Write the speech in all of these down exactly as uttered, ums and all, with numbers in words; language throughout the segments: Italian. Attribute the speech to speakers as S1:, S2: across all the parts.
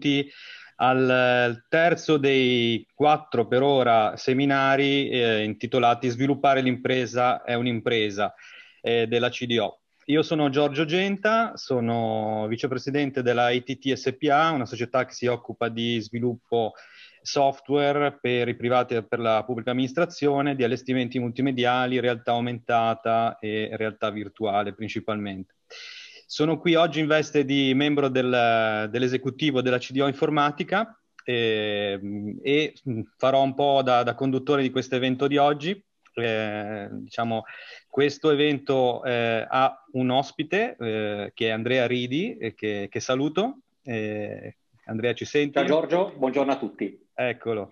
S1: benvenuti al terzo dei quattro per ora seminari eh, intitolati Sviluppare l'impresa è un'impresa eh, della C D O. Io sono Giorgio Genta, sono vicepresidente della I T T S P A, una società che si occupa di sviluppo software per i privati e per la pubblica amministrazione, di allestimenti multimediali, realtà aumentata e realtà virtuale principalmente. Sono qui oggi in veste di membro del, dell'esecutivo della C D O Informatica eh, e farò un po' da, da conduttore di questo evento di oggi. Eh, diciamo, questo evento eh, ha un ospite eh, che è Andrea Ridi, eh, che, che saluto. Eh, Andrea, ci senti?
S2: Ciao Giorgio, buongiorno a tutti.
S1: Eccolo.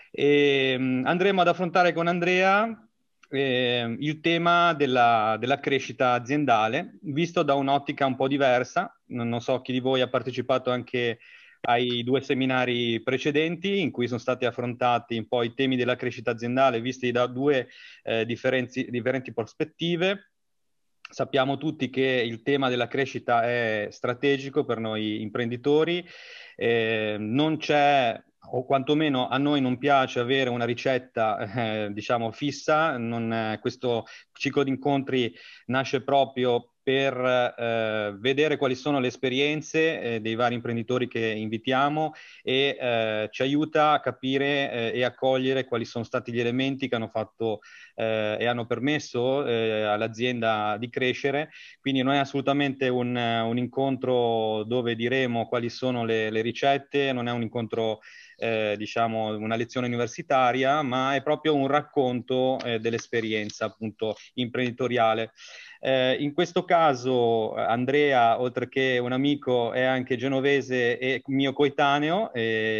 S1: E, um, andremo ad affrontare con Andrea eh, il tema della, della crescita aziendale, visto da un'ottica un po' diversa. Non, non so chi di voi ha partecipato anche ai due seminari precedenti in cui sono stati affrontati un po' i temi della crescita aziendale visti da due eh, differenzi, differenti prospettive. Sappiamo tutti che il tema della crescita è strategico per noi imprenditori, eh, non c'è, o quantomeno a noi non piace avere una ricetta eh, diciamo fissa, non, eh, questo ciclo di incontri nasce proprio per eh, vedere quali sono le esperienze eh, dei vari imprenditori che invitiamo e eh, ci aiuta a capire eh, e a cogliere quali sono stati gli elementi che hanno fatto eh, e hanno permesso eh, all'azienda di crescere. Quindi non è assolutamente un, un incontro dove diremo quali sono le, le ricette, non è un incontro eh, diciamo una lezione universitaria, ma è proprio un racconto eh, dell'esperienza appunto imprenditoriale. Eh, in questo caso Andrea, oltre che un amico, è anche genovese e mio coetaneo,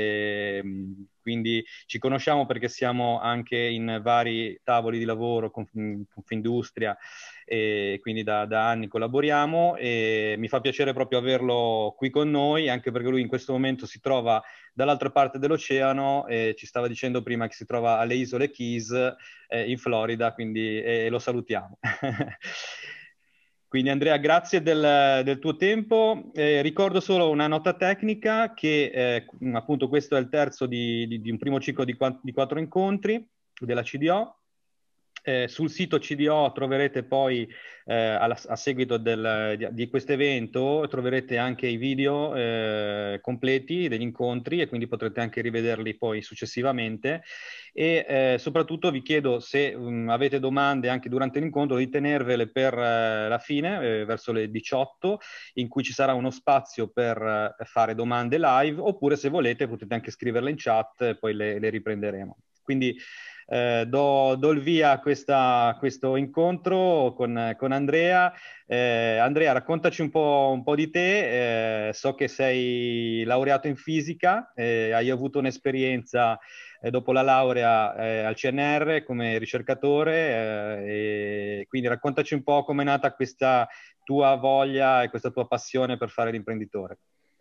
S1: e quindi ci conosciamo perché siamo anche in vari tavoli di lavoro con Confindustria e quindi da, da anni collaboriamo e mi fa piacere proprio averlo qui con noi, anche perché lui in questo momento si trova dall'altra parte dell'oceano e ci stava dicendo prima che si trova alle isole Keys eh, in Florida, quindi eh, lo salutiamo. Quindi Andrea, grazie del, del tuo tempo. Eh, ricordo solo una nota tecnica che eh, appunto questo è il terzo di, di, di un primo ciclo di, di quattro incontri della C D O. Eh, sul sito C D O troverete poi, eh, alla, a seguito del, di, di questo evento, troverete anche i video eh, completi degli incontri e quindi potrete anche rivederli poi successivamente. E eh, soprattutto vi chiedo se um, avete domande anche durante l'incontro di tenervele per eh, la fine, eh, verso le diciotto, in cui ci sarà uno spazio per eh, fare domande live, oppure se volete potete anche scriverle in chat e poi le, le riprenderemo. Quindi Eh, do, do il via a, questa, a questo incontro con, con Andrea. Eh, Andrea, raccontaci un po', un po' di te. Eh, so che sei laureato in fisica, eh, hai avuto un'esperienza eh, dopo la laurea eh, al C N R come ricercatore, eh, e quindi raccontaci un po' come è nata questa tua voglia e questa tua passione per fare l'imprenditore.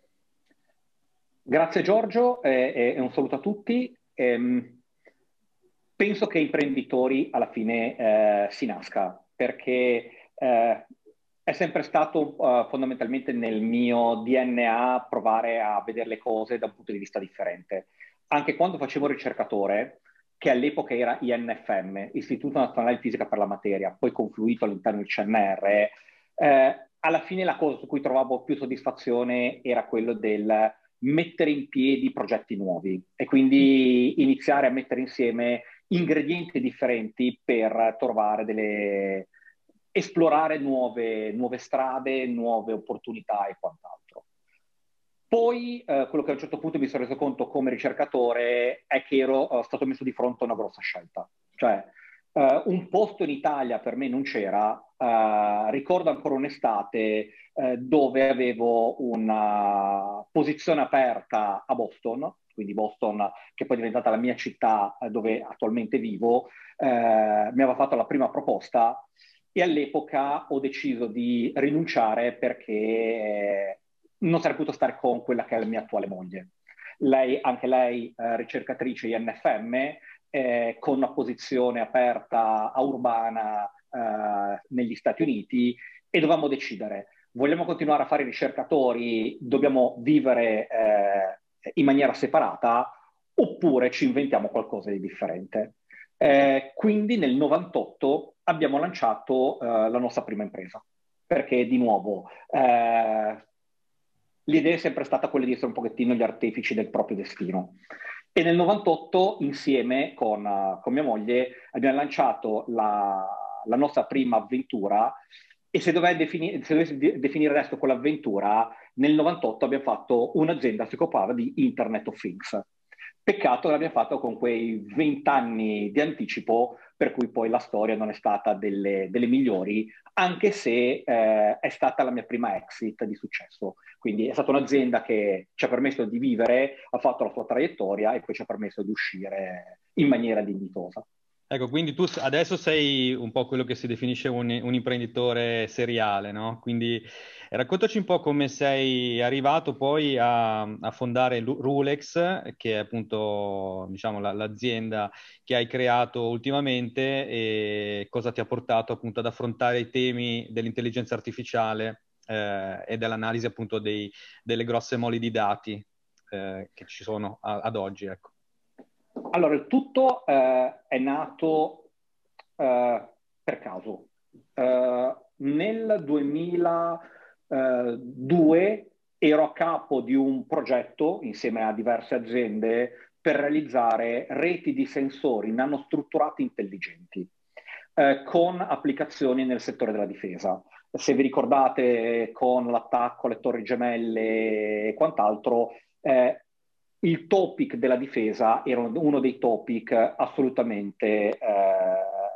S2: Grazie Giorgio e, e un saluto a tutti. Ehm, penso che imprenditori alla fine eh, si nasca perché eh, è sempre stato uh, fondamentalmente nel mio D N A provare a vedere le cose da un punto di vista differente. Anche quando facevo ricercatore, che all'epoca era I N F M, Istituto Nazionale di Fisica per la Materia, poi confluito all'interno del C N R, eh, alla fine la cosa su cui trovavo più soddisfazione era quello del mettere in piedi progetti nuovi e quindi iniziare a mettere insieme ingredienti differenti per trovare delle... esplorare nuove, nuove strade, nuove opportunità e quant'altro. Poi eh, quello che a un certo punto mi sono reso conto come ricercatore è che ero uh, stato messo di fronte a una grossa scelta. Cioè, uh, un posto in Italia per me non c'era. Uh, ricordo ancora un'estate uh, dove avevo una posizione aperta a Boston, quindi Boston, che poi è diventata la mia città uh, dove attualmente vivo, uh, mi aveva fatto la prima proposta e all'epoca ho deciso di rinunciare perché non sarei potuto stare con quella che è la mia attuale moglie. Lei, anche lei, eh, ricercatrice I N F M, eh, con una posizione aperta a urbana eh, negli Stati Uniti, e dovevamo decidere: vogliamo continuare a fare i ricercatori, dobbiamo vivere eh, in maniera separata oppure ci inventiamo qualcosa di differente. Eh, quindi nel novantotto abbiamo lanciato eh, la nostra prima impresa, perché di nuovo eh, l'idea è sempre stata quella di essere un pochettino gli artefici del proprio destino. E nel novantotto, insieme con, uh, con mia moglie, abbiamo lanciato la, la nostra prima avventura. E se, defini- se dovessi de- definire adesso quell'avventura, nel novantotto abbiamo fatto un'azienda che si occupava di Internet of Things. Peccato che l'abbiamo fatto con quei vent'anni di anticipo, per cui poi la storia non è stata delle, delle migliori, anche se eh, è stata la mia prima exit di successo. Quindi è stata un'azienda che ci ha permesso di vivere, ha fatto la sua traiettoria e poi ci ha permesso di uscire in maniera dignitosa.
S1: Ecco, quindi tu adesso sei un po' quello che si definisce un, un imprenditore seriale, no? Quindi raccontaci un po' come sei arrivato poi a, a fondare Lu- Rulex, che è appunto, diciamo, la- l'azienda che hai creato ultimamente e cosa ti ha portato appunto ad affrontare i temi dell'intelligenza artificiale eh, e dell'analisi appunto dei- delle grosse mole di dati eh, che ci sono a- ad oggi, ecco.
S2: Allora, il tutto eh, è nato eh, per caso. Eh, nel duemiladue ero a capo di un progetto insieme a diverse aziende per realizzare reti di sensori nanostrutturati intelligenti eh, con applicazioni nel settore della difesa. Se vi ricordate, con l'attacco alle Torri Gemelle e quant'altro, eh, il topic della difesa era uno dei topic assolutamente eh,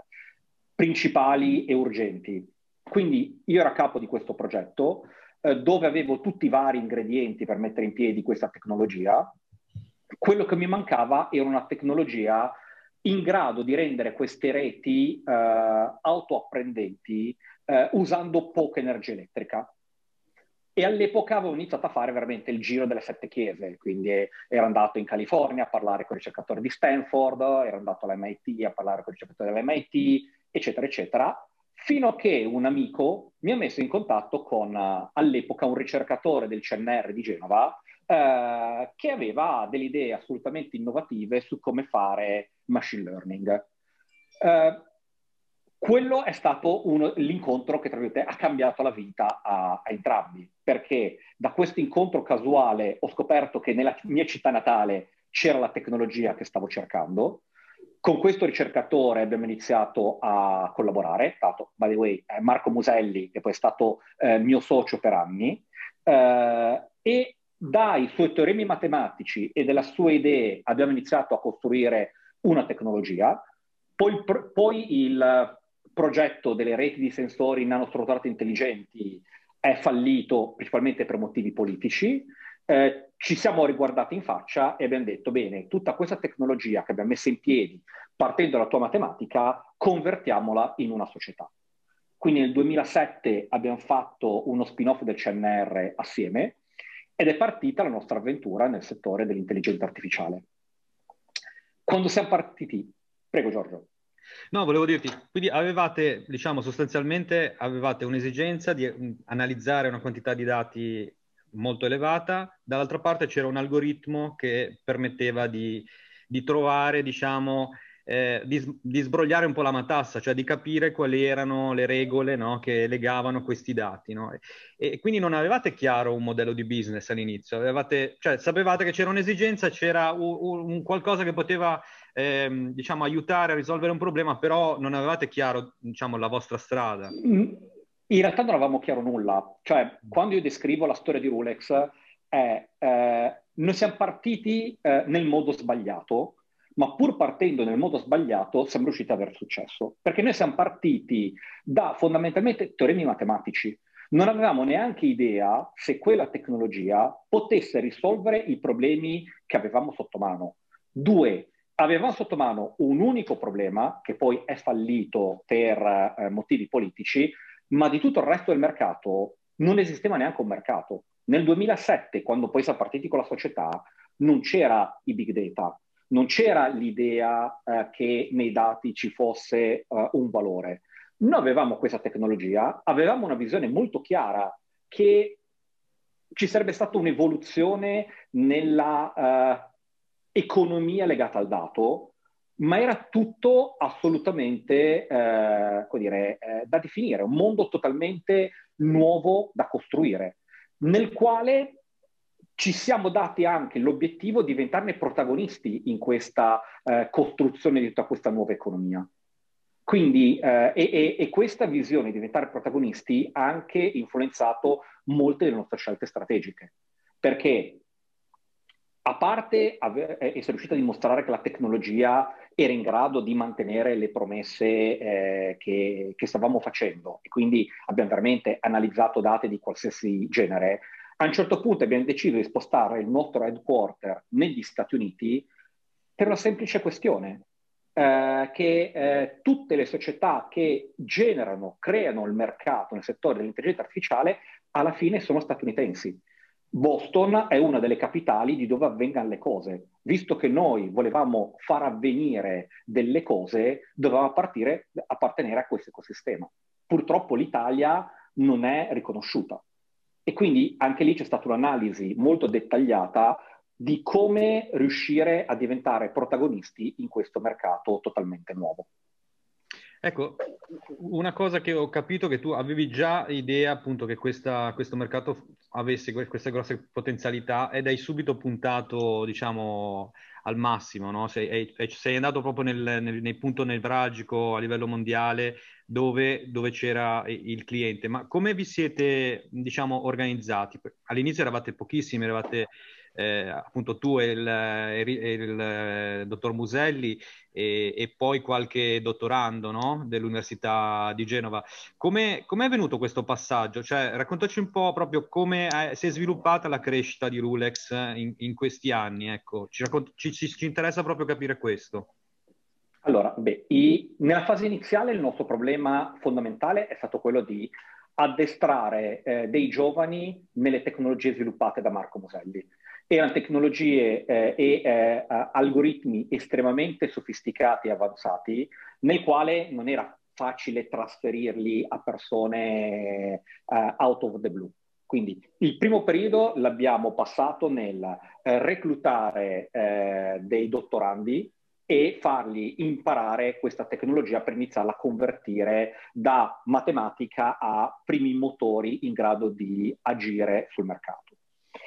S2: principali e urgenti. Quindi io ero a capo di questo progetto eh, dove avevo tutti i vari ingredienti per mettere in piedi questa tecnologia. Quello che mi mancava era una tecnologia in grado di rendere queste reti eh, autoapprendenti eh, usando poca energia elettrica. E all'epoca avevo iniziato a fare veramente il giro delle sette chiese, quindi ero andato in California a parlare con i ricercatori di Stanford, ero andato all'M I T a parlare con i ricercatori dell'M I T, eccetera, eccetera, fino a che un amico mi ha messo in contatto con uh, all'epoca un ricercatore del C N R di Genova uh, che aveva delle idee assolutamente innovative su come fare machine learning. Uh, quello è stato uno, l'incontro che tra virgolette, ha cambiato la vita a, a entrambi, perché da questo incontro casuale ho scoperto che nella mia città natale c'era la tecnologia che stavo cercando. Con questo ricercatore abbiamo iniziato a collaborare, stato, by the way, eh, Marco Muselli, che poi è stato eh, mio socio per anni, eh, e dai suoi teoremi matematici e delle sue idee abbiamo iniziato a costruire una tecnologia. Poi, poi il progetto delle reti di sensori nanostrutturati intelligenti è fallito principalmente per motivi politici. Eh, ci siamo riguardati in faccia e abbiamo detto, bene, tutta questa tecnologia che abbiamo messo in piedi partendo dalla tua matematica, convertiamola in una società. Quindi nel duemilasette abbiamo fatto uno spin-off del C N R assieme ed è partita la nostra avventura nel settore dell'intelligenza artificiale. Quando siamo partiti, prego Giorgio.
S1: No, volevo dirti, quindi avevate, diciamo, sostanzialmente avevate un'esigenza di mh, analizzare una quantità di dati molto elevata, dall'altra parte c'era un algoritmo che permetteva di, di trovare, diciamo, eh, di, di sbrogliare un po' la matassa, cioè di capire quali erano le regole, no, che legavano questi dati, no? E, e quindi non avevate chiaro un modello di business all'inizio, avevate, cioè sapevate che c'era un'esigenza, c'era un, un qualcosa che poteva ehm, diciamo, aiutare a risolvere un problema, però non avevate chiaro, diciamo, la vostra strada.
S2: In realtà non avevamo chiaro nulla. Cioè, quando io descrivo la storia di Rulex, è, eh, noi siamo partiti eh, nel modo sbagliato, ma pur partendo nel modo sbagliato siamo riusciti ad avere successo. Perché noi siamo partiti da fondamentalmente teoremi matematici. Non avevamo neanche idea se quella tecnologia potesse risolvere i problemi che avevamo sotto mano. Due, avevamo sotto mano un unico problema, che poi è fallito per eh, motivi politici, ma di tutto il resto del mercato non esisteva neanche un mercato. Nel duemilasette, quando poi siamo partiti con la società, non c'era i big data, non c'era l'idea eh, che nei dati ci fosse eh, un valore. Noi avevamo questa tecnologia, avevamo una visione molto chiara che ci sarebbe stata un'evoluzione nella uh, economia legata al dato, ma era tutto assolutamente, uh, come dire, uh, da definire, un mondo totalmente nuovo da costruire, nel quale ci siamo dati anche l'obiettivo di diventarne protagonisti in questa uh, costruzione di tutta questa nuova economia. Quindi, eh, e, e questa visione di diventare protagonisti ha anche influenzato molte delle nostre scelte strategiche, perché a parte ave- essere riuscita a dimostrare che la tecnologia era in grado di mantenere le promesse eh, che, che stavamo facendo, e quindi abbiamo veramente analizzato date di qualsiasi genere, a un certo punto abbiamo deciso di spostare il nostro headquarter negli Stati Uniti per una semplice questione. Eh, che eh, tutte le società che generano, creano il mercato nel settore dell'intelligenza artificiale alla fine sono statunitensi. Boston è una delle capitali di dove avvengano le cose. Visto che noi volevamo far avvenire delle cose, dovevamo partire, appartenere a questo ecosistema. Purtroppo l'Italia non è riconosciuta. E quindi anche lì c'è stata un'analisi molto dettagliata di come riuscire a diventare protagonisti in questo mercato totalmente nuovo.
S1: Ecco, una cosa che ho capito che tu avevi già idea appunto che questa, questo mercato avesse queste grosse potenzialità ed hai subito puntato, diciamo, al massimo, no? Sei, sei andato proprio nel, nel, nel punto nevralgico a livello mondiale dove, dove c'era il cliente. Ma come vi siete, diciamo, organizzati? All'inizio eravate pochissimi, eravate eh, appunto tu e il, e il, e il eh, dottor Muselli e, e poi qualche dottorando, no? Dell'Università di Genova. Come è venuto questo passaggio? Cioè, raccontaci un po' proprio come è, si è sviluppata la crescita di Rulex in, in questi anni. Ecco, ci, raccont- ci, ci, ci interessa proprio capire questo.
S2: Allora, beh, i, nella fase iniziale il nostro problema fondamentale è stato quello di addestrare eh, dei giovani nelle tecnologie sviluppate da Marco Muselli. Erano tecnologie eh, e eh, algoritmi estremamente sofisticati e avanzati, nel quale non era facile trasferirli a persone eh, out of the blue. Quindi il primo periodo l'abbiamo passato nel eh, reclutare eh, dei dottorandi e fargli imparare questa tecnologia per iniziarla a convertire da matematica a primi motori in grado di agire sul mercato.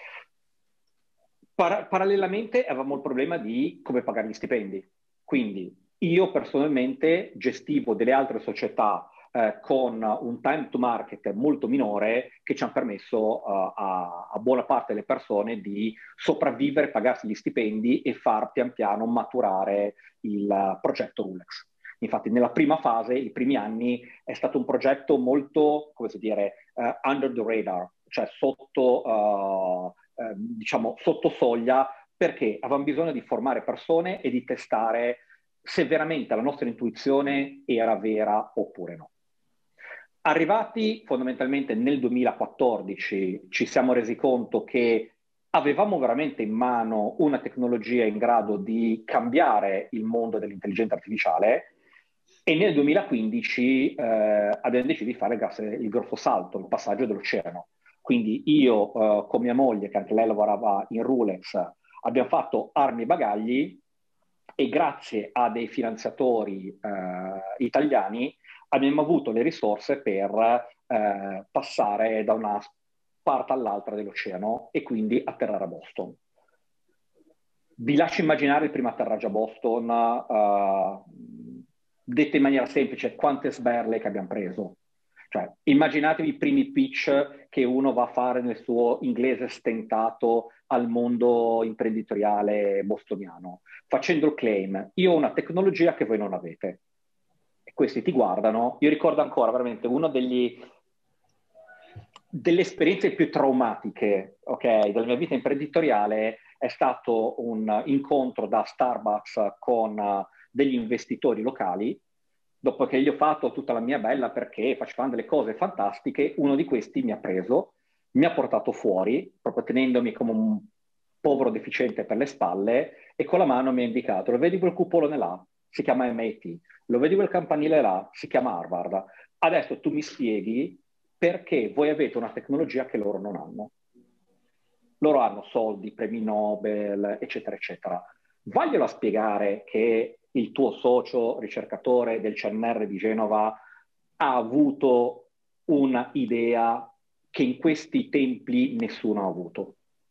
S2: Par- parallelamente avevamo il problema di come pagare gli stipendi. Quindi io personalmente gestivo delle altre società eh, con un time to market molto minore che ci hanno permesso uh, a, a buona parte delle persone di sopravvivere, pagarsi gli stipendi e far pian piano maturare il uh, progetto Rulex. Infatti nella prima fase, i primi anni, è stato un progetto molto, come si dire, uh, under the radar, cioè sotto... Uh, Eh, diciamo sotto soglia, perché avevamo bisogno di formare persone e di testare se veramente la nostra intuizione era vera oppure no. Arrivati fondamentalmente nel duemilaquattordici ci siamo resi conto che avevamo veramente in mano una tecnologia in grado di cambiare il mondo dell'intelligenza artificiale e nel duemilaquindici eh, abbiamo deciso di fare il, il grosso salto, il passaggio dell'oceano. Quindi io uh, con mia moglie, che anche lei lavorava in Rulex, abbiamo fatto armi e bagagli e grazie a dei finanziatori uh, italiani abbiamo avuto le risorse per uh, passare da una parte all'altra dell'oceano e quindi atterrare a Boston. Vi lascio immaginare il primo atterraggio a Boston, uh, detto in maniera semplice, quante sberle che abbiamo preso. Cioè, immaginatevi i primi pitch che uno va a fare nel suo inglese stentato al mondo imprenditoriale bostoniano, facendo il claim, io ho una tecnologia che voi non avete. E questi ti guardano. Io ricordo ancora veramente uno degli, delle esperienze più traumatiche, ok, della mia vita imprenditoriale è stato un incontro da Starbucks con uh, degli investitori locali. Dopo che gli ho fatto tutta la mia bella perché facevano delle cose fantastiche, uno di questi mi ha preso, mi ha portato fuori, proprio tenendomi come un povero deficiente per le spalle, e con la mano mi ha indicato: lo vedi quel cupolone là? Si chiama M I T. Lo vedi quel campanile là? Si chiama Harvard. Adesso tu mi spieghi perché voi avete una tecnologia che loro non hanno. loro hanno soldi, premi Nobel, eccetera, eccetera. Vaglielo a spiegare che il tuo socio ricercatore del C N R di Genova ha avuto un'idea che in questi tempi nessuno ha avuto.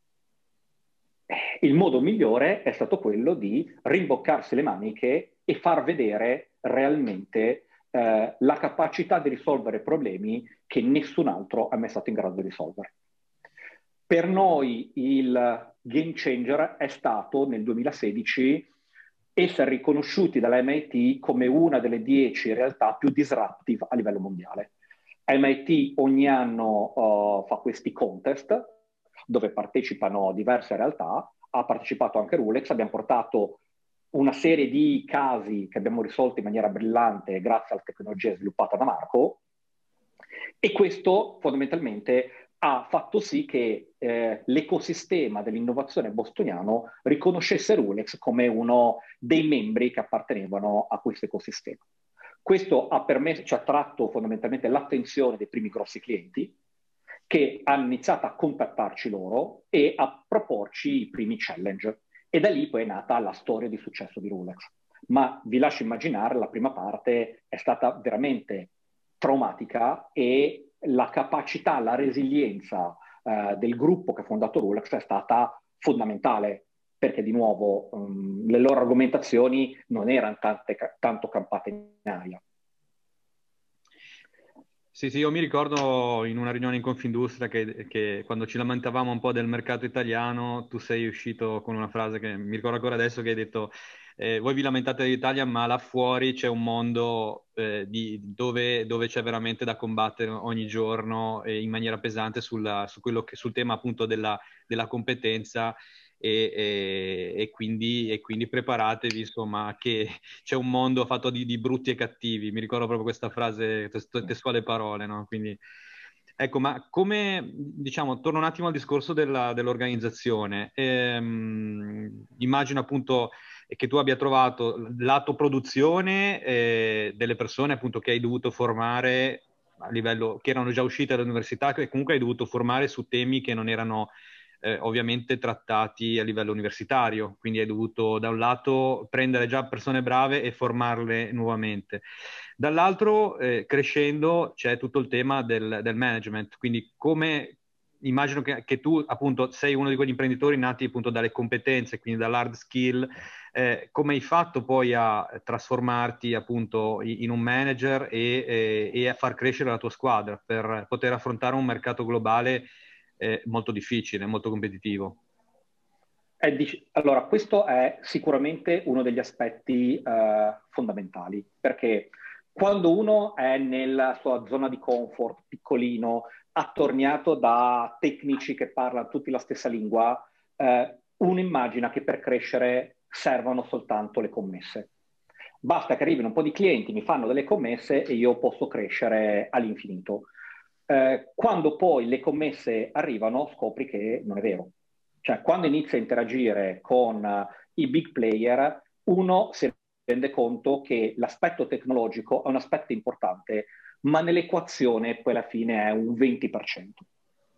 S2: Il modo migliore è stato quello di rimboccarsi le maniche e far vedere realmente eh, la capacità di risolvere problemi che nessun altro è mai stato in grado di risolvere. Per noi il game changer è stato nel duemilasedici essere riconosciuti dalla M I T come una delle dieci realtà più disruptive a livello mondiale. M I T ogni anno uh, fa questi contest dove partecipano diverse realtà, ha partecipato anche Rulex, abbiamo portato una serie di casi che abbiamo risolto in maniera brillante grazie alla tecnologia sviluppata da Marco, e questo fondamentalmente ha fatto sì che eh, l'ecosistema dell'innovazione bostoniano riconoscesse Rulex come uno dei membri che appartenevano a questo ecosistema. Questo ha permesso, ci ha attratto fondamentalmente l'attenzione dei primi grossi clienti che hanno iniziato a contattarci loro e a proporci i primi challenge. E da lì poi è nata la storia di successo di Rulex. Ma vi lascio immaginare, la prima parte è stata veramente traumatica e la capacità, la resilienza eh, del gruppo che ha fondato Rulex è stata fondamentale, perché di nuovo um, le loro argomentazioni non erano tante, tanto campate in aria.
S1: Sì, sì, io mi ricordo in una riunione in Confindustria che, che quando ci lamentavamo un po' del mercato italiano, tu sei uscito con una frase che mi ricordo ancora adesso, che hai detto eh, voi vi lamentate dell'Italia, ma là fuori c'è un mondo eh, di, dove, dove c'è veramente da combattere ogni giorno e in maniera pesante sulla, su quello che, sul tema appunto della, della competenza. E, e, e, quindi, e quindi preparatevi, insomma, che c'è un mondo fatto di, di brutti e cattivi. Mi ricordo proprio questa frase, testuale parole, no? Quindi, ecco, ma come, diciamo, torno un attimo al discorso della, dell'organizzazione. Ehm, immagino appunto che tu abbia trovato lato produzione eh, delle persone appunto che hai dovuto formare a livello, che erano già uscite dall'università, che comunque hai dovuto formare su temi che non erano eh, ovviamente trattati a livello universitario, quindi hai dovuto da un lato prendere già persone brave e formarle nuovamente. Dall'altro, eh, crescendo, c'è tutto il tema del, del management, quindi come immagino che, che tu appunto sei uno di quegli imprenditori nati appunto dalle competenze, quindi dall'hard skill, eh, come hai fatto poi a trasformarti appunto in un manager e, e, e a far crescere la tua squadra per poter affrontare un mercato globale eh, molto difficile, molto competitivo?
S2: È dic- allora, questo è sicuramente uno degli aspetti eh, fondamentali, perché quando uno è nella sua zona di comfort, piccolino, attorniato da tecnici che parlano tutti la stessa lingua, eh, uno immagina che per crescere servano soltanto le commesse. Basta che arrivino un po' di clienti, mi fanno delle commesse e io posso crescere all'infinito. Eh, quando poi le commesse arrivano, scopri che non è vero. Cioè, quando inizia a interagire con uh, i big player, uno si rende conto che l'aspetto tecnologico è un aspetto importante, ma nell'equazione poi alla fine è un venti per cento.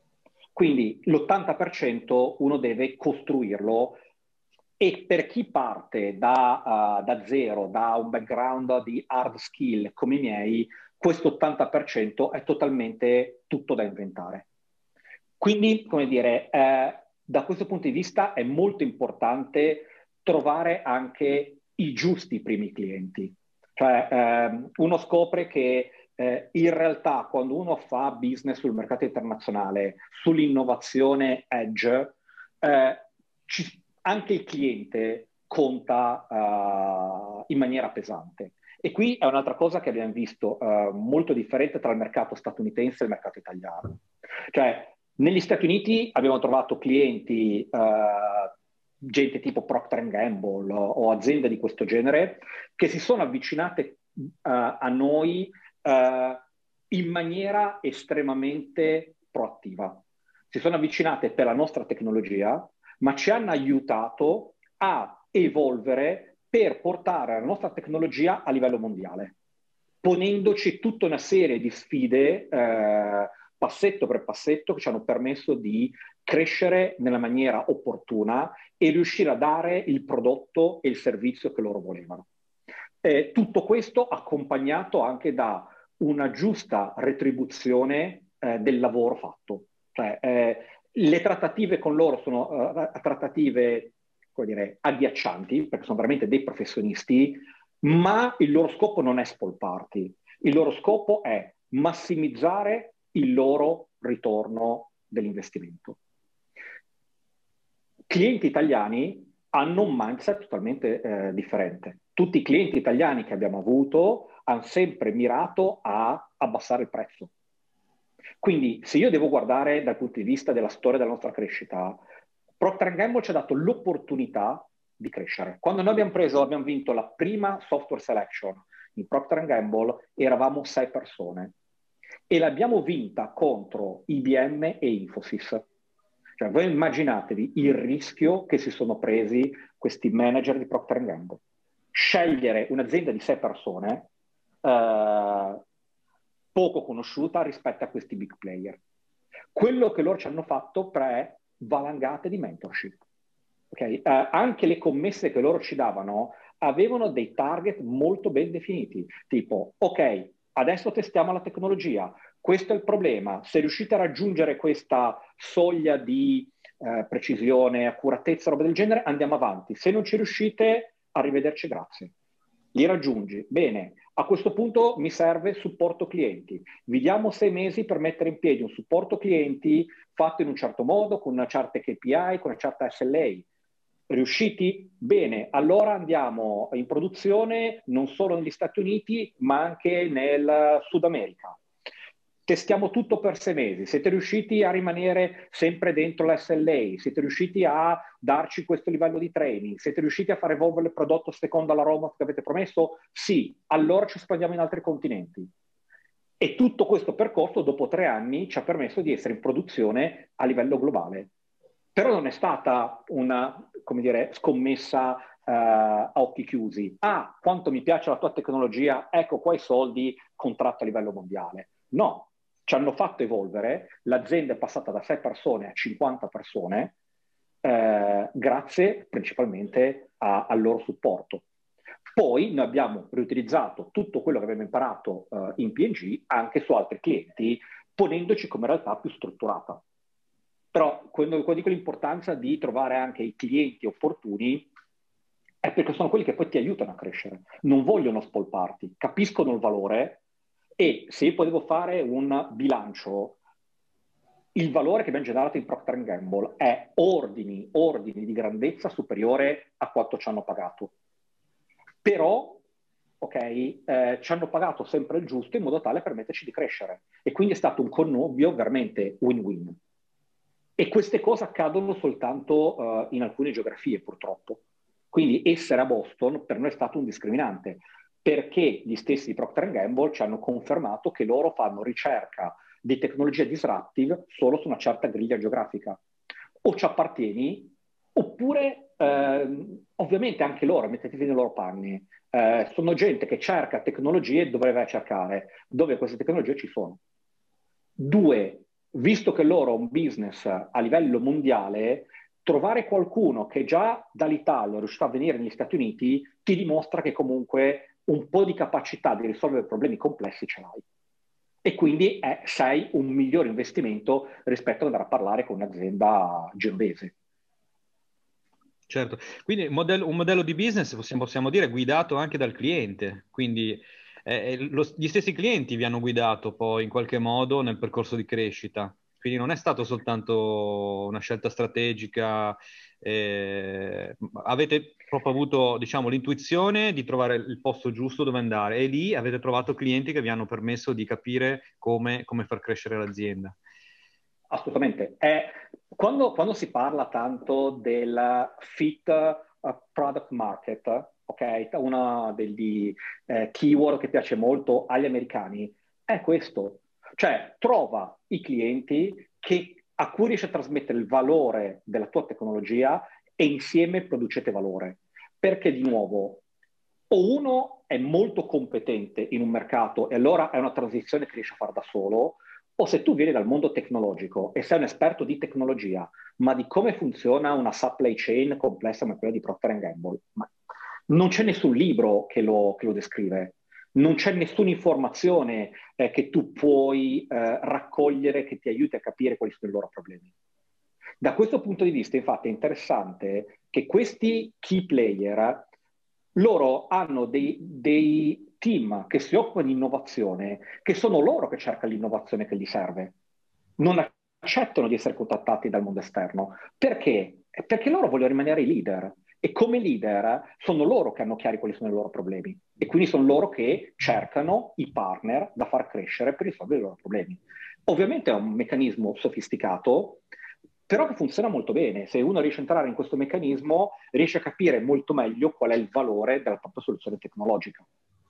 S2: Quindi l'ottanta per cento uno deve costruirlo, e per chi parte da, uh, da zero, da un background di hard skill come i miei, questo ottanta per cento è totalmente tutto da inventare. Quindi, come dire, eh, da questo punto di vista è molto importante trovare anche i giusti primi clienti. Cioè, ehm, uno scopre che eh, in realtà quando uno fa business sul mercato internazionale, sull'innovazione edge, eh, ci, anche il cliente conta uh, in maniera pesante. E qui è un'altra cosa che abbiamo visto uh, molto differente tra il mercato statunitense e il mercato italiano. Cioè, negli Stati Uniti abbiamo trovato clienti, uh, gente tipo Procter and Gamble o, o aziende di questo genere, che si sono avvicinate uh, a noi uh, in maniera estremamente proattiva. Si sono avvicinate per la nostra tecnologia, ma ci hanno aiutato a evolvere per portare la nostra tecnologia a livello mondiale, ponendoci tutta una serie di sfide, eh, passetto per passetto, che ci hanno permesso di crescere nella maniera opportuna e riuscire a dare il prodotto e il servizio che loro volevano. Eh, tutto questo accompagnato anche da una giusta retribuzione eh, del lavoro fatto. Cioè, eh, le trattative con loro sono uh, trattative, come dire, agghiaccianti, perché sono veramente dei professionisti, ma il loro scopo non è spolparti. Il loro scopo è massimizzare il loro ritorno dell'investimento. Clienti italiani hanno un mindset totalmente eh, differente. Tutti i clienti italiani che abbiamo avuto hanno sempre mirato a abbassare il prezzo. Quindi se io devo guardare dal punto di vista della storia della nostra crescita, Procter and Gamble ci ha dato l'opportunità di crescere. Quando noi abbiamo preso, abbiamo vinto la prima software selection in Procter and Gamble, eravamo sei persone e l'abbiamo vinta contro I B M e Infosys. Cioè, voi immaginatevi il rischio che si sono presi questi manager di Procter and Gamble. Scegliere un'azienda di sei persone eh, poco conosciuta rispetto a questi big player. Quello che loro ci hanno fatto è valangate di mentorship. Okay? Uh, anche le commesse che loro ci davano avevano dei target molto ben definiti, tipo, ok, adesso testiamo la tecnologia, questo è il problema, se riuscite a raggiungere questa soglia di uh, precisione, accuratezza, roba del genere, andiamo avanti. Se non ci riuscite, arrivederci, grazie. Li raggiungi, bene, a questo punto mi serve supporto clienti. Vi diamo sei mesi per mettere in piedi un supporto clienti fatto in un certo modo, con una certa K P I, con una certa S L A. Riusciti? Bene, allora andiamo in produzione non solo negli Stati Uniti, ma anche nel Sud America. Testiamo tutto per sei mesi. Siete riusciti a rimanere sempre dentro la S L A? Siete riusciti a darci questo livello di training? Siete riusciti a far evolvere il prodotto secondo la roadmap che avete promesso? Sì, allora ci espandiamo in altri continenti. E tutto questo percorso, dopo tre anni, ci ha permesso di essere in produzione a livello globale. Però non è stata una, come dire, scommessa uh, a occhi chiusi. Ah, quanto mi piace la tua tecnologia, ecco qua i soldi, contratto a livello mondiale. No, ci hanno fatto evolvere, l'azienda è passata da sei persone a cinquanta persone, eh, grazie principalmente a, al loro supporto. Poi noi abbiamo riutilizzato tutto quello che abbiamo imparato uh, in P and G anche su altri clienti, ponendoci come realtà più strutturata. Però quando, quando dico l'importanza di trovare anche i clienti opportuni, è perché sono quelli che poi ti aiutano a crescere. Non vogliono spolparti, capiscono il valore e se io poi devo fare un bilancio, il valore che abbiamo generato in Procter and Gamble è ordini, ordini di grandezza superiore a quanto ci hanno pagato. Però, ok, eh, ci hanno pagato sempre il giusto in modo tale per permetterci di crescere. E quindi è stato un connubio veramente win-win. E queste cose accadono soltanto uh, in alcune geografie, purtroppo. Quindi essere a Boston per noi è stato un discriminante, perché gli stessi di Procter and Gamble ci hanno confermato che loro fanno ricerca di tecnologia disruptive solo su una certa griglia geografica. O ci appartieni, oppure eh, ovviamente anche loro, mettetevi nei loro panni, eh, sono gente che cerca tecnologie dove deve cercare, dove queste tecnologie ci sono. Due, visto che loro hanno un business a livello mondiale, trovare qualcuno che già dall'Italia è riuscito a venire negli Stati Uniti ti dimostra che comunque un po' di capacità di risolvere problemi complessi ce l'hai. E quindi è, sei un migliore investimento rispetto ad andare a parlare con un'azienda genovese.
S1: Certo, quindi un modello, un modello di business possiamo, possiamo dire guidato anche dal cliente, quindi eh, lo, gli stessi clienti vi hanno guidato poi in qualche modo nel percorso di crescita, quindi non è stato soltanto una scelta strategica, eh, avete proprio avuto, diciamo, l'intuizione di trovare il posto giusto dove andare e lì avete trovato clienti che vi hanno permesso di capire come, come far crescere l'azienda.
S2: Assolutamente. È, quando, quando si parla tanto del fit uh, product market, ok, uno degli eh, keyword che piace molto agli americani è questo. Cioè, trova i clienti che, a cui riesci a trasmettere il valore della tua tecnologia e insieme producete valore. Perché, di nuovo, o uno è molto competente in un mercato e allora è una transizione che riesce a fare da solo, O se tu vieni dal mondo tecnologico e sei un esperto di tecnologia, ma di come funziona una supply chain complessa come quella di Procter and Gamble, ma non c'è nessun libro che lo, che lo descrive, non c'è nessuna informazione eh, che tu puoi eh, raccogliere che ti aiuti a capire quali sono i loro problemi. Da questo punto di vista, infatti, è interessante che questi key player, loro hanno dei, dei team che si occupano di innovazione, che sono loro che cercano l'innovazione che gli serve. Non accettano di essere contattati dal mondo esterno. Perché? Perché loro vogliono rimanere i leader. E come leader sono loro che hanno chiari quali sono i loro problemi. E quindi sono loro che cercano i partner da far crescere per risolvere i loro problemi. Ovviamente è un meccanismo sofisticato, però che funziona molto bene. Se uno riesce a entrare in questo meccanismo, riesce a capire molto meglio qual è il valore della propria soluzione tecnologica.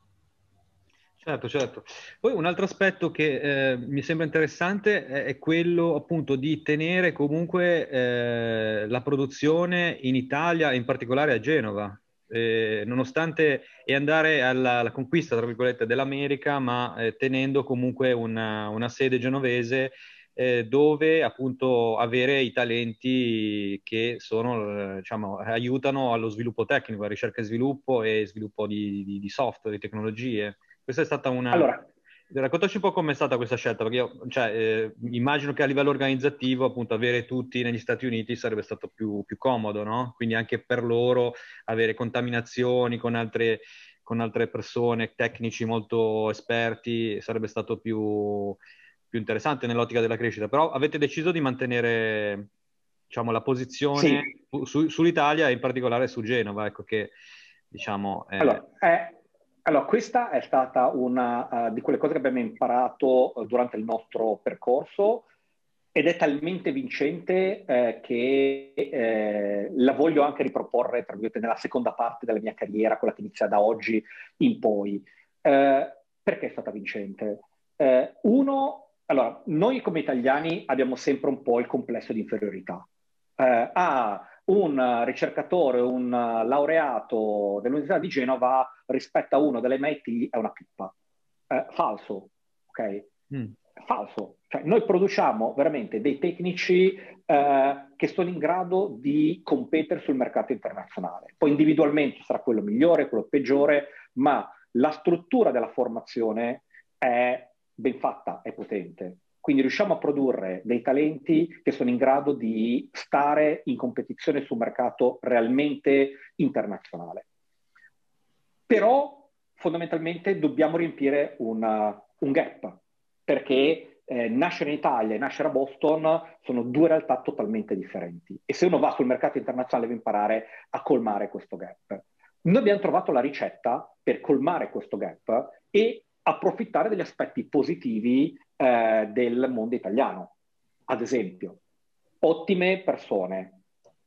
S1: Certo, certo. Poi un altro aspetto che eh, mi sembra interessante è, è quello appunto di tenere comunque eh, la produzione in Italia, in particolare a Genova, eh, nonostante e andare alla, alla conquista, tra virgolette, dell'America, ma eh, tenendo comunque una, una sede genovese eh, dove appunto avere i talenti che sono, eh, diciamo, aiutano allo sviluppo tecnico, a ricerca e sviluppo e sviluppo di, di, di software, di tecnologie. Questa è stata una...
S2: Allora,
S1: Raccontaci un po' com'è stata questa scelta, perché io cioè, eh, immagino che a livello organizzativo, appunto, avere tutti negli Stati Uniti sarebbe stato più, più comodo, no? Quindi anche per loro avere contaminazioni con altre, con altre persone, tecnici molto esperti, sarebbe stato più, più interessante nell'ottica della crescita. Però avete deciso di mantenere, diciamo, la
S2: sì,
S1: posizione su- sull'Italia e in particolare su Genova, ecco che, diciamo... È...
S2: allora, è, allora questa è stata una uh, di quelle cose che abbiamo imparato uh, durante il nostro percorso ed è talmente vincente eh, che eh, la voglio anche riproporre, tra virgolette, nella seconda parte della mia carriera, quella che inizia da oggi in poi. Eh, perché è stata vincente? Eh, uno, allora, noi come italiani abbiamo sempre un po' il complesso di inferiorità. Eh, ah, un ricercatore, un laureato dell'Università di Genova rispetto a uno dell'M I T è una pippa. Eh, falso, ok?
S1: Mm.
S2: Falso. Cioè, noi produciamo veramente dei tecnici eh, che sono in grado di competere sul mercato internazionale. Poi individualmente sarà quello migliore, quello peggiore, ma la struttura della formazione è ben fatta, è potente. Quindi riusciamo a produrre dei talenti che sono in grado di stare in competizione su un mercato realmente internazionale. Però fondamentalmente dobbiamo riempire una, un gap, perché eh, nascere in Italia e nascere a Boston sono due realtà totalmente differenti. E se uno va sul mercato internazionale deve imparare a colmare questo gap. Noi abbiamo trovato la ricetta per colmare questo gap e approfittare degli aspetti positivi eh, del mondo italiano. Ad esempio, ottime persone,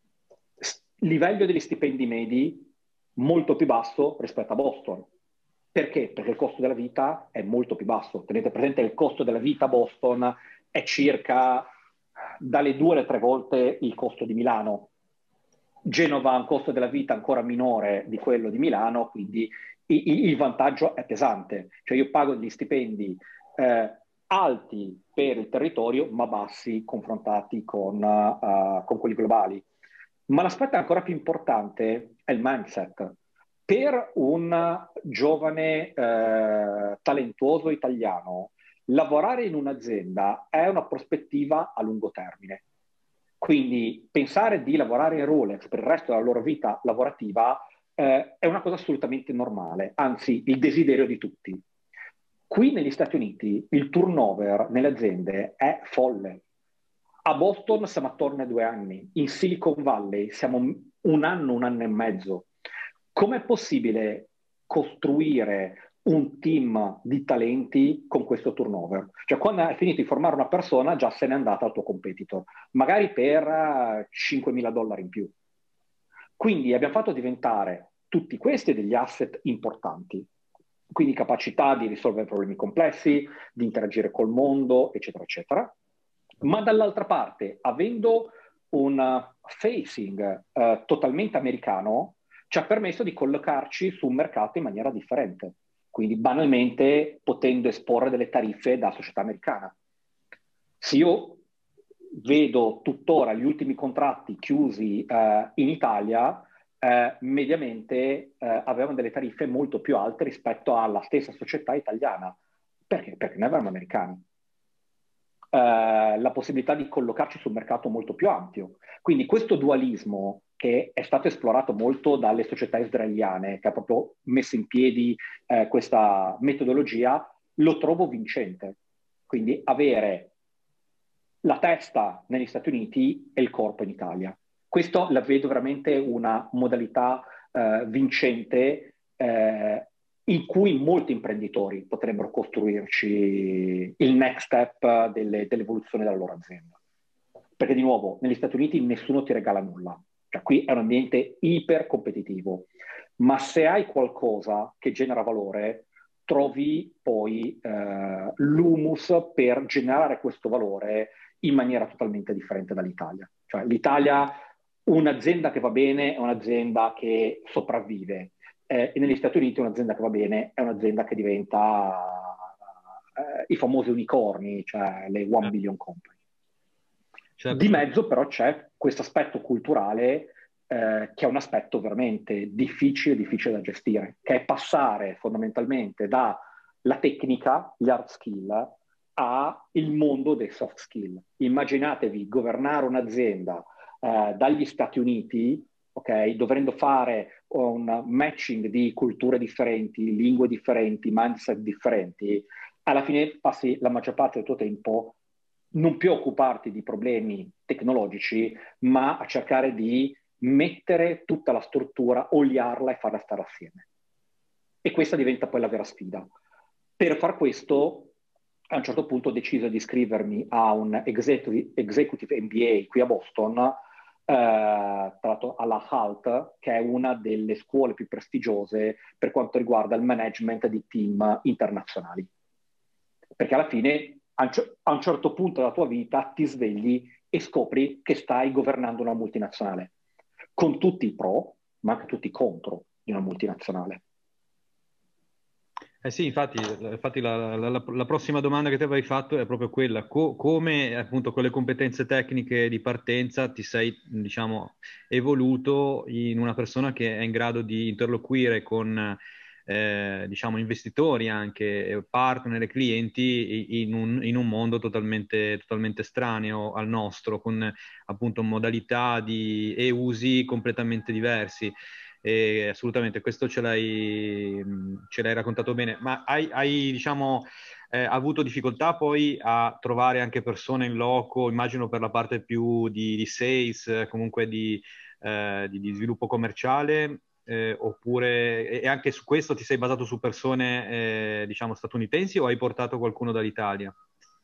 S2: S- livello degli stipendi medi molto più basso rispetto a Boston. Perché? Perché il costo della vita è molto più basso. Tenete presente che il costo della vita a Boston è circa dalle due alle tre volte il costo di Milano. Genova ha un costo della vita ancora minore di quello di Milano, quindi il, il vantaggio è pesante. Cioè io pago degli stipendi eh, alti per il territorio, ma bassi confrontati con, uh, con quelli globali. Ma l'aspetto ancora più importante è il mindset. Per un giovane eh, talentuoso italiano, lavorare in un'azienda è una prospettiva a lungo termine. Quindi pensare di lavorare in Rolex per il resto della loro vita lavorativa eh, è una cosa assolutamente normale, anzi il desiderio di tutti. Qui negli Stati Uniti il turnover nelle aziende è folle. A Boston siamo attorno ai due anni, in Silicon Valley siamo un anno, un anno e mezzo. Com'è possibile costruire un team di talenti con questo turnover? Cioè, quando hai finito di formare una persona, già se n'è andata al tuo competitor, magari per uh, cinquemila dollari in più. Quindi abbiamo fatto diventare tutti questi degli asset importanti. Quindi capacità di risolvere problemi complessi, di interagire col mondo, eccetera, eccetera. Ma dall'altra parte, avendo un facing uh, totalmente americano, ci ha permesso di collocarci su un mercato in maniera differente, quindi banalmente potendo esporre delle tariffe da società americana. se io vedo tuttora gli ultimi contratti chiusi eh, in Italia, eh, mediamente eh, avevano delle tariffe molto più alte rispetto alla stessa società italiana. Perché? Perché noi eravamo americani. Eh, la possibilità di collocarci sul mercato molto più ampio. Quindi questo dualismo che è stato esplorato molto dalle società israeliane, che ha proprio messo in piedi eh, questa metodologia, lo trovo vincente. Quindi avere la testa negli Stati Uniti e il corpo in Italia. Questo la vedo veramente una modalità eh, vincente eh, in cui molti imprenditori potrebbero costruirci il next step delle, dell'evoluzione della loro azienda. Perché di nuovo, negli Stati Uniti nessuno ti regala nulla. Cioè, qui è un ambiente iper competitivo, ma se hai qualcosa che genera valore, trovi poi eh, l'humus per generare questo valore in maniera totalmente differente dall'Italia. Cioè, l'Italia, un'azienda che va bene è un'azienda che sopravvive, eh, e negli Stati Uniti un'azienda che va bene è un'azienda che diventa eh, i famosi unicorni, cioè le one billion company.
S1: Certo,
S2: Di
S1: certo.
S2: mezzo però c'è questo aspetto culturale eh, che è un aspetto veramente difficile, difficile da gestire, che è passare fondamentalmente dalla tecnica, gli hard skill, al mondo dei soft skill. Immaginatevi governare un'azienda eh, dagli Stati Uniti, okay, dovendo fare un matching di culture differenti, lingue differenti, mindset differenti, alla fine passi la maggior parte del tuo tempo non più a occuparti di problemi tecnologici, ma a cercare di mettere tutta la struttura, oliarla e farla stare assieme. E questa diventa poi la vera sfida. Per far questo, a un certo punto ho deciso di iscrivermi a un executive, executive M B A qui a Boston, eh, tra l'altro alla H A L T, che è una delle scuole più prestigiose per quanto riguarda il management di team internazionali. Perché alla fine, a un certo punto della tua vita, ti svegli e scopri che stai governando una multinazionale, con tutti i pro, ma anche tutti i contro di una multinazionale.
S1: Eh sì, infatti, infatti la, la- la- la prossima domanda che ti avrei fatto è proprio quella: Co- come appunto con le competenze tecniche di partenza ti sei, diciamo, evoluto in una persona che è in grado di interloquire con, eh, diciamo, investitori anche, eh, partner e clienti in un, in un mondo totalmente, totalmente estraneo al nostro, con appunto modalità di, e usi completamente diversi. E assolutamente, questo ce l'hai, ce l'hai raccontato bene, ma hai, hai diciamo, eh, avuto difficoltà poi a trovare anche persone in loco, immagino per la parte più di, di sales, eh, comunque di, eh, di, di sviluppo commerciale, eh, oppure, e anche su questo ti sei basato su persone, eh, diciamo, statunitensi o hai portato qualcuno dall'Italia?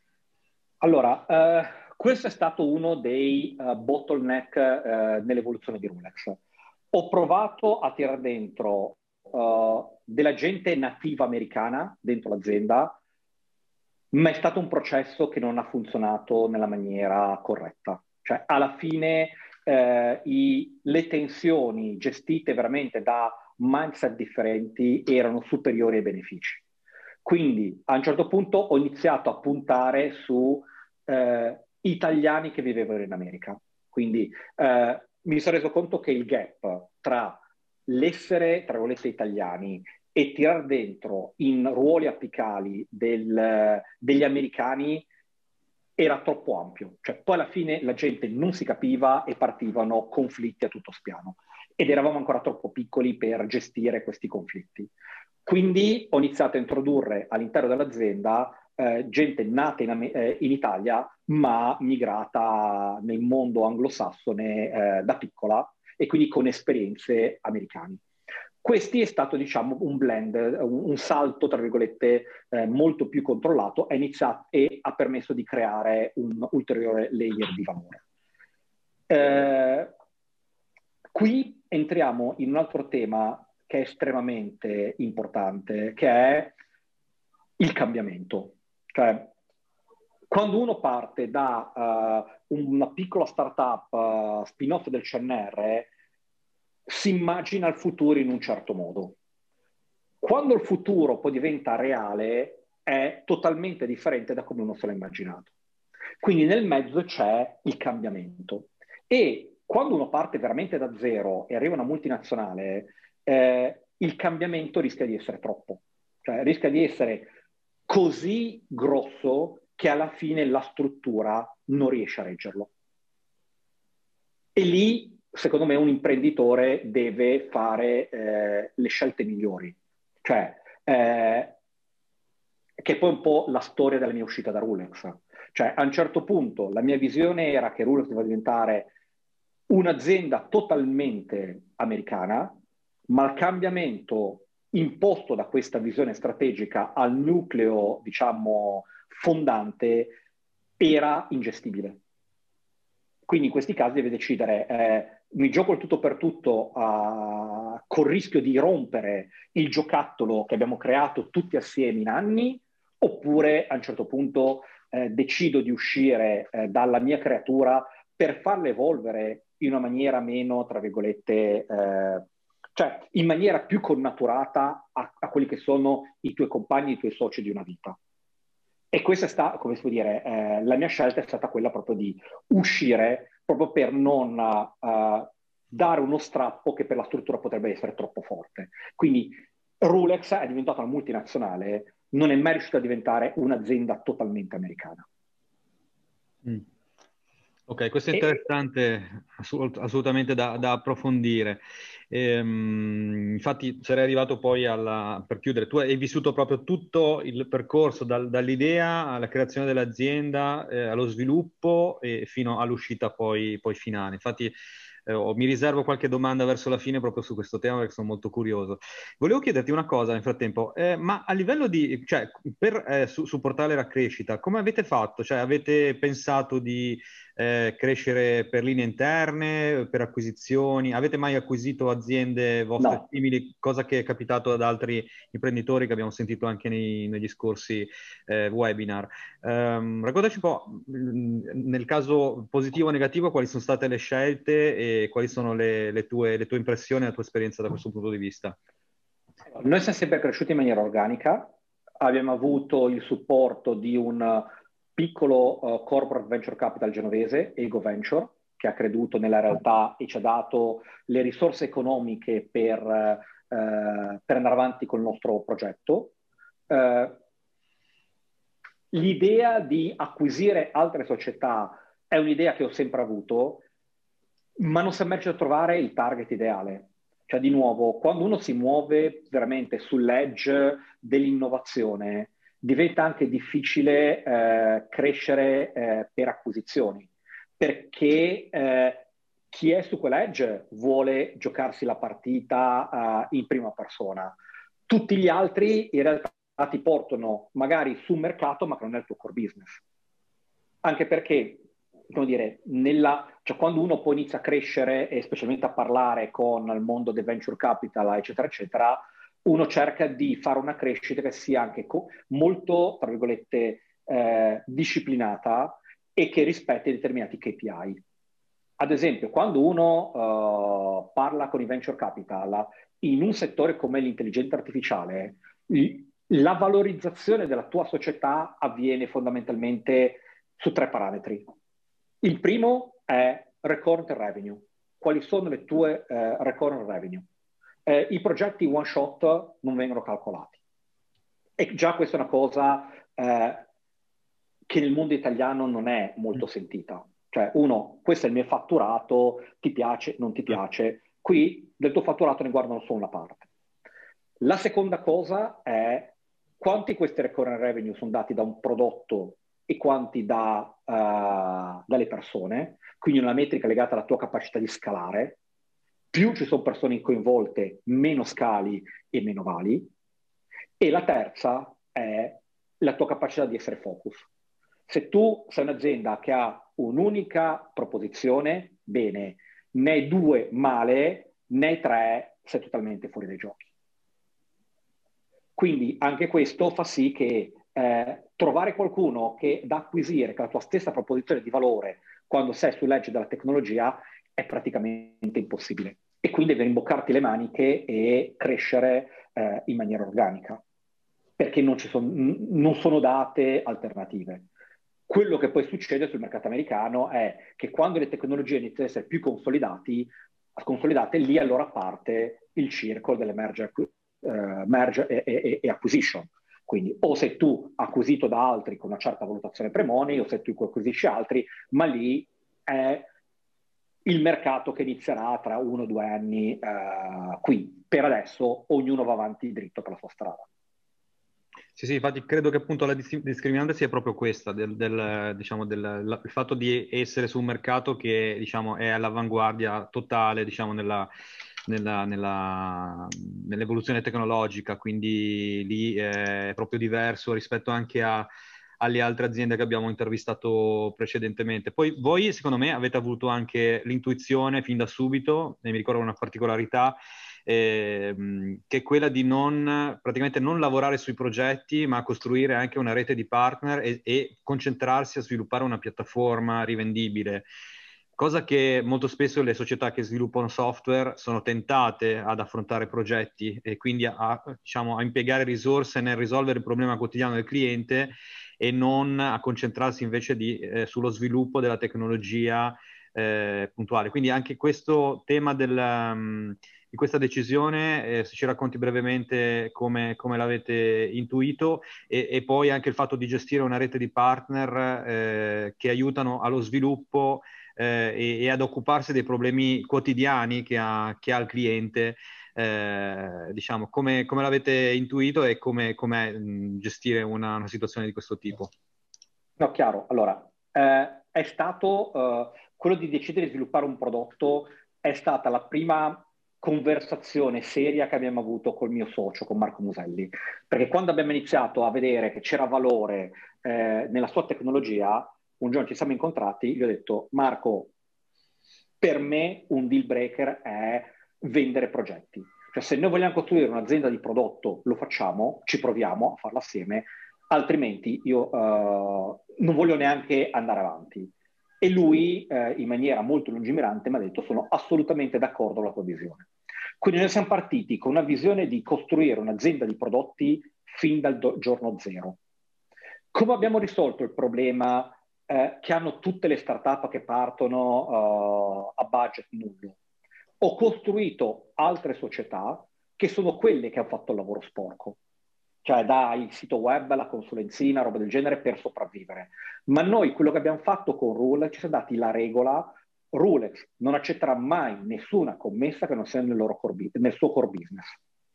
S2: Allora, eh, questo è stato uno dei uh, bottleneck uh, nell'evoluzione di Rulex. Ho provato a tirare dentro uh, della gente nativa americana dentro l'azienda, ma è stato un processo che non ha funzionato nella maniera corretta. Cioè, alla fine eh, i, le tensioni gestite veramente da mindset differenti erano superiori ai benefici. Quindi a un certo punto ho iniziato a puntare su eh, italiani che vivevano in America. Quindi eh, mi sono reso conto che il gap tra l'essere, tra virgolette, italiani e tirar dentro in ruoli apicali del, degli americani era troppo ampio. Cioè, poi alla fine la gente non si capiva e partivano conflitti a tutto spiano. Ed eravamo ancora troppo piccoli per gestire questi conflitti. Quindi ho iniziato a introdurre all'interno dell'azienda eh, gente nata in, eh, in Italia, ma migrata nel mondo anglosassone eh, da piccola e quindi con esperienze americane. Questi è stato, diciamo, un blend, un, un salto, tra virgolette, eh, molto più controllato, è iniziato e ha permesso di creare un ulteriore layer di valore. Eh, qui entriamo in un altro tema che è estremamente importante, che è il cambiamento. Cioè, quando uno parte da uh, una piccola startup uh, spin-off del C N R, si immagina il futuro in un certo modo. Quando il futuro poi diventa reale, è totalmente differente da come uno se l'ha immaginato. Quindi nel mezzo c'è il cambiamento. E quando uno parte veramente da zero e arriva a una multinazionale, eh, il cambiamento rischia di essere troppo. Cioè rischia di essere così grosso che alla fine la struttura non riesce a reggerlo. E lì, secondo me, un imprenditore deve fare eh, le scelte migliori. Cioè, eh, che è poi un po' la storia della mia uscita da Rolex. Cioè, a un certo punto la mia visione era che Rolex doveva diventare un'azienda totalmente americana, ma il cambiamento imposto da questa visione strategica al nucleo, diciamo, fondante era ingestibile. Quindi in questi casi deve decidere, eh, mi gioco il tutto per tutto uh, col rischio di rompere il giocattolo che abbiamo creato tutti assieme in anni, oppure a un certo punto eh, decido di uscire eh, dalla mia creatura per farla evolvere in una maniera meno, tra virgolette, eh, cioè in maniera più connaturata a, a quelli che sono i tuoi compagni, i tuoi soci di una vita. E questa è stata, come si può dire, eh, la mia scelta è stata quella proprio di uscire, proprio per non uh, dare uno strappo che per la struttura potrebbe essere troppo forte. Quindi Rolex è diventata una multinazionale, non è mai riuscita a diventare un'azienda totalmente americana.
S1: Mm. Ok, questo è
S2: E,
S1: interessante, assolut- assolutamente da, da approfondire. Ehm, infatti sarei arrivato poi alla, per chiudere, tu hai vissuto proprio tutto il percorso dal- dall'idea alla creazione dell'azienda, eh, allo sviluppo e fino all'uscita poi, poi finale. Infatti eh, oh, mi riservo qualche domanda verso la fine proprio su questo tema perché sono molto curioso. Volevo chiederti una cosa nel frattempo, eh, ma a livello di, cioè, per eh, su- supportare la crescita, come avete fatto? Cioè, avete pensato di eh, crescere per linee interne, per acquisizioni? Avete mai acquisito aziende vostre
S2: no,
S1: simili, cosa che è capitato ad altri imprenditori che abbiamo sentito anche nei- negli scorsi eh, webinar? Um, raccontaci un po', mh, nel caso positivo o negativo, quali sono state le scelte e quali sono le, le tue, le tue impressioni e la tua esperienza da questo punto di vista?
S2: noi siamo sempre cresciuti in maniera organica, abbiamo avuto il supporto di un piccolo uh, corporate venture capital genovese, Ego Venture, che ha creduto nella realtà e ci ha dato le risorse economiche per, uh, per andare avanti con il nostro progetto. Uh, l'idea di acquisire altre società è un'idea che ho sempre avuto, ma non si è mai riuscito a trovare il target ideale. Cioè, di nuovo, quando uno si muove veramente sull'edge dell'innovazione, diventa anche difficile eh, crescere eh, per acquisizioni, perché eh, chi è su quell'edge vuole giocarsi la partita uh, in prima persona. Tutti gli altri in realtà ti portano magari sul mercato, ma che non è il tuo core business. Anche perché, come dire, nella, cioè quando uno poi inizia a crescere e specialmente a parlare con il mondo del venture capital, eccetera, eccetera, uno cerca di fare una crescita che sia anche co- molto, tra virgolette, eh, disciplinata e che rispetti determinati K P I. Ad esempio, quando uno uh, parla con i venture capital in un settore come l'intelligenza artificiale, la valorizzazione della tua società avviene fondamentalmente su tre parametri. Il primo è recurrent revenue. Quali sono le tue eh, recurrent revenue? Eh, I progetti one shot non vengono calcolati. E già questa è una cosa eh, che nel mondo italiano non è molto sentita. Cioè, uno, questo è il mio fatturato, ti piace, non ti piace. Qui del tuo fatturato ne guardano solo una parte. La seconda cosa è quanti questi recurrent revenue sono dati da un prodotto e quanti da, uh, dalle persone, quindi una metrica legata alla tua capacità di scalare. Più ci sono persone coinvolte, meno scali e meno vali. E la terza è la tua capacità di essere focus. Se tu sei un'azienda che ha un'unica proposizione, bene, né due male, né tre sei totalmente fuori dai giochi. Quindi anche questo fa sì che eh, trovare qualcuno che da acquisire, che ha la tua stessa proposizione di valore quando sei sull'edge della tecnologia è praticamente impossibile. E quindi devi imboccarti le maniche e crescere eh, in maniera organica, perché non, ci son, non sono date alternative. Quello che poi succede sul mercato americano è che quando le tecnologie iniziano ad essere più consolidati, consolidate, lì allora parte il circolo delle merger, uh, merger e, e, e acquisition. Quindi o sei tu acquisito da altri con una certa valutazione pre-money, o sei tu che acquisisci altri, ma lì è il mercato che inizierà tra uno o due anni uh, qui. Per adesso ognuno va avanti dritto per la sua strada.
S1: Sì, sì, infatti credo che appunto la dis- discriminante sia proprio questa, del, del, diciamo, del, la- il fatto di essere su un mercato che diciamo, è all'avanguardia totale diciamo, nella, nella, nella, nell'evoluzione tecnologica, quindi lì è proprio diverso rispetto anche a, alle altre aziende che abbiamo intervistato precedentemente. Poi voi, secondo me, avete avuto anche l'intuizione fin da subito, e mi ricordo una particolarità, Eh, che è quella di non praticamente non lavorare sui progetti, ma costruire anche una rete di partner e, e concentrarsi a sviluppare una piattaforma rivendibile. Cosa che molto spesso le società che sviluppano software sono tentate ad affrontare progetti e quindi a, diciamo, a impiegare risorse nel risolvere il problema quotidiano del cliente e non a concentrarsi invece di, eh, sullo sviluppo della tecnologia eh, puntuale. Quindi anche questo tema del, um, di questa decisione, eh, se ci racconti brevemente come, come l'avete intuito e, e poi anche il fatto di gestire una rete di partner eh, che aiutano allo sviluppo eh, e, e ad occuparsi dei problemi quotidiani che ha, che ha il cliente. Eh, diciamo, come, come l'avete intuito e come mh, gestire una, una situazione di questo tipo?
S2: No, chiaro. Allora, eh, è stato eh, quello di decidere di sviluppare un prodotto, è stata la prima conversazione seria che abbiamo avuto col mio socio, con Marco Muselli, perché quando abbiamo iniziato a vedere che c'era valore eh, nella sua tecnologia, un giorno ci siamo incontrati, gli ho detto: Marco, per me un deal breaker è vendere progetti. Cioè, se noi vogliamo costruire un'azienda di prodotto, lo facciamo, ci proviamo a farlo assieme, altrimenti io uh, non voglio neanche andare avanti. E lui, uh, in maniera molto lungimirante, mi ha detto: sono assolutamente d'accordo con la tua visione. Quindi noi siamo partiti con una visione di costruire un'azienda di prodotti fin dal do- giorno zero. Come abbiamo risolto il problema eh, che hanno tutte le start-up che partono uh, a budget nullo? Ho costruito altre società che sono quelle che hanno fatto il lavoro sporco, cioè dal sito web, la consulenzina, roba del genere per sopravvivere. Ma noi quello che abbiamo fatto con Rule, ci siamo dati la regola: Rulex non accetterà mai nessuna commessa che non sia nel, loro core, nel suo core business,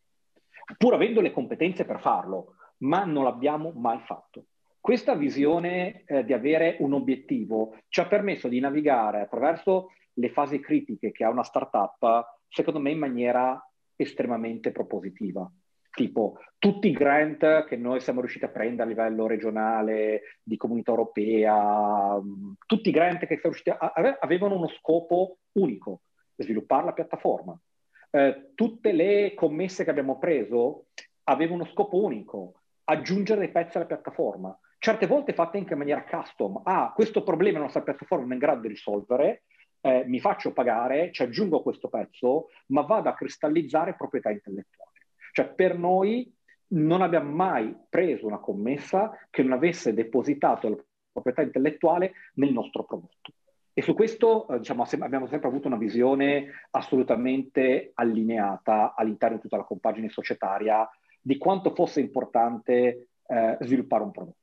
S2: pur avendo le competenze per farlo, ma non l'abbiamo mai fatto. Questa visione eh, di avere un obiettivo ci ha permesso di navigare attraverso le fasi critiche che ha una startup, secondo me in maniera estremamente propositiva. Tipo, tutti i grant che noi siamo riusciti a prendere a livello regionale, di comunità europea, tutti i grant che siamo riusciti a avere avevano uno scopo unico: sviluppare la piattaforma. Eh, tutte le commesse che abbiamo preso avevano uno scopo unico: aggiungere dei pezzi alla piattaforma. Certe volte fatte anche in maniera custom. Ah, questo problema la nostra piattaforma non è in grado di risolvere, eh, mi faccio pagare, ci aggiungo questo pezzo, ma vado a cristallizzare proprietà intellettuale. Cioè, per noi non abbiamo mai preso una commessa che non avesse depositato la proprietà intellettuale nel nostro prodotto. E su questo eh, diciamo, abbiamo sempre avuto una visione assolutamente allineata all'interno di tutta la compagine societaria di quanto fosse importante eh, sviluppare un prodotto.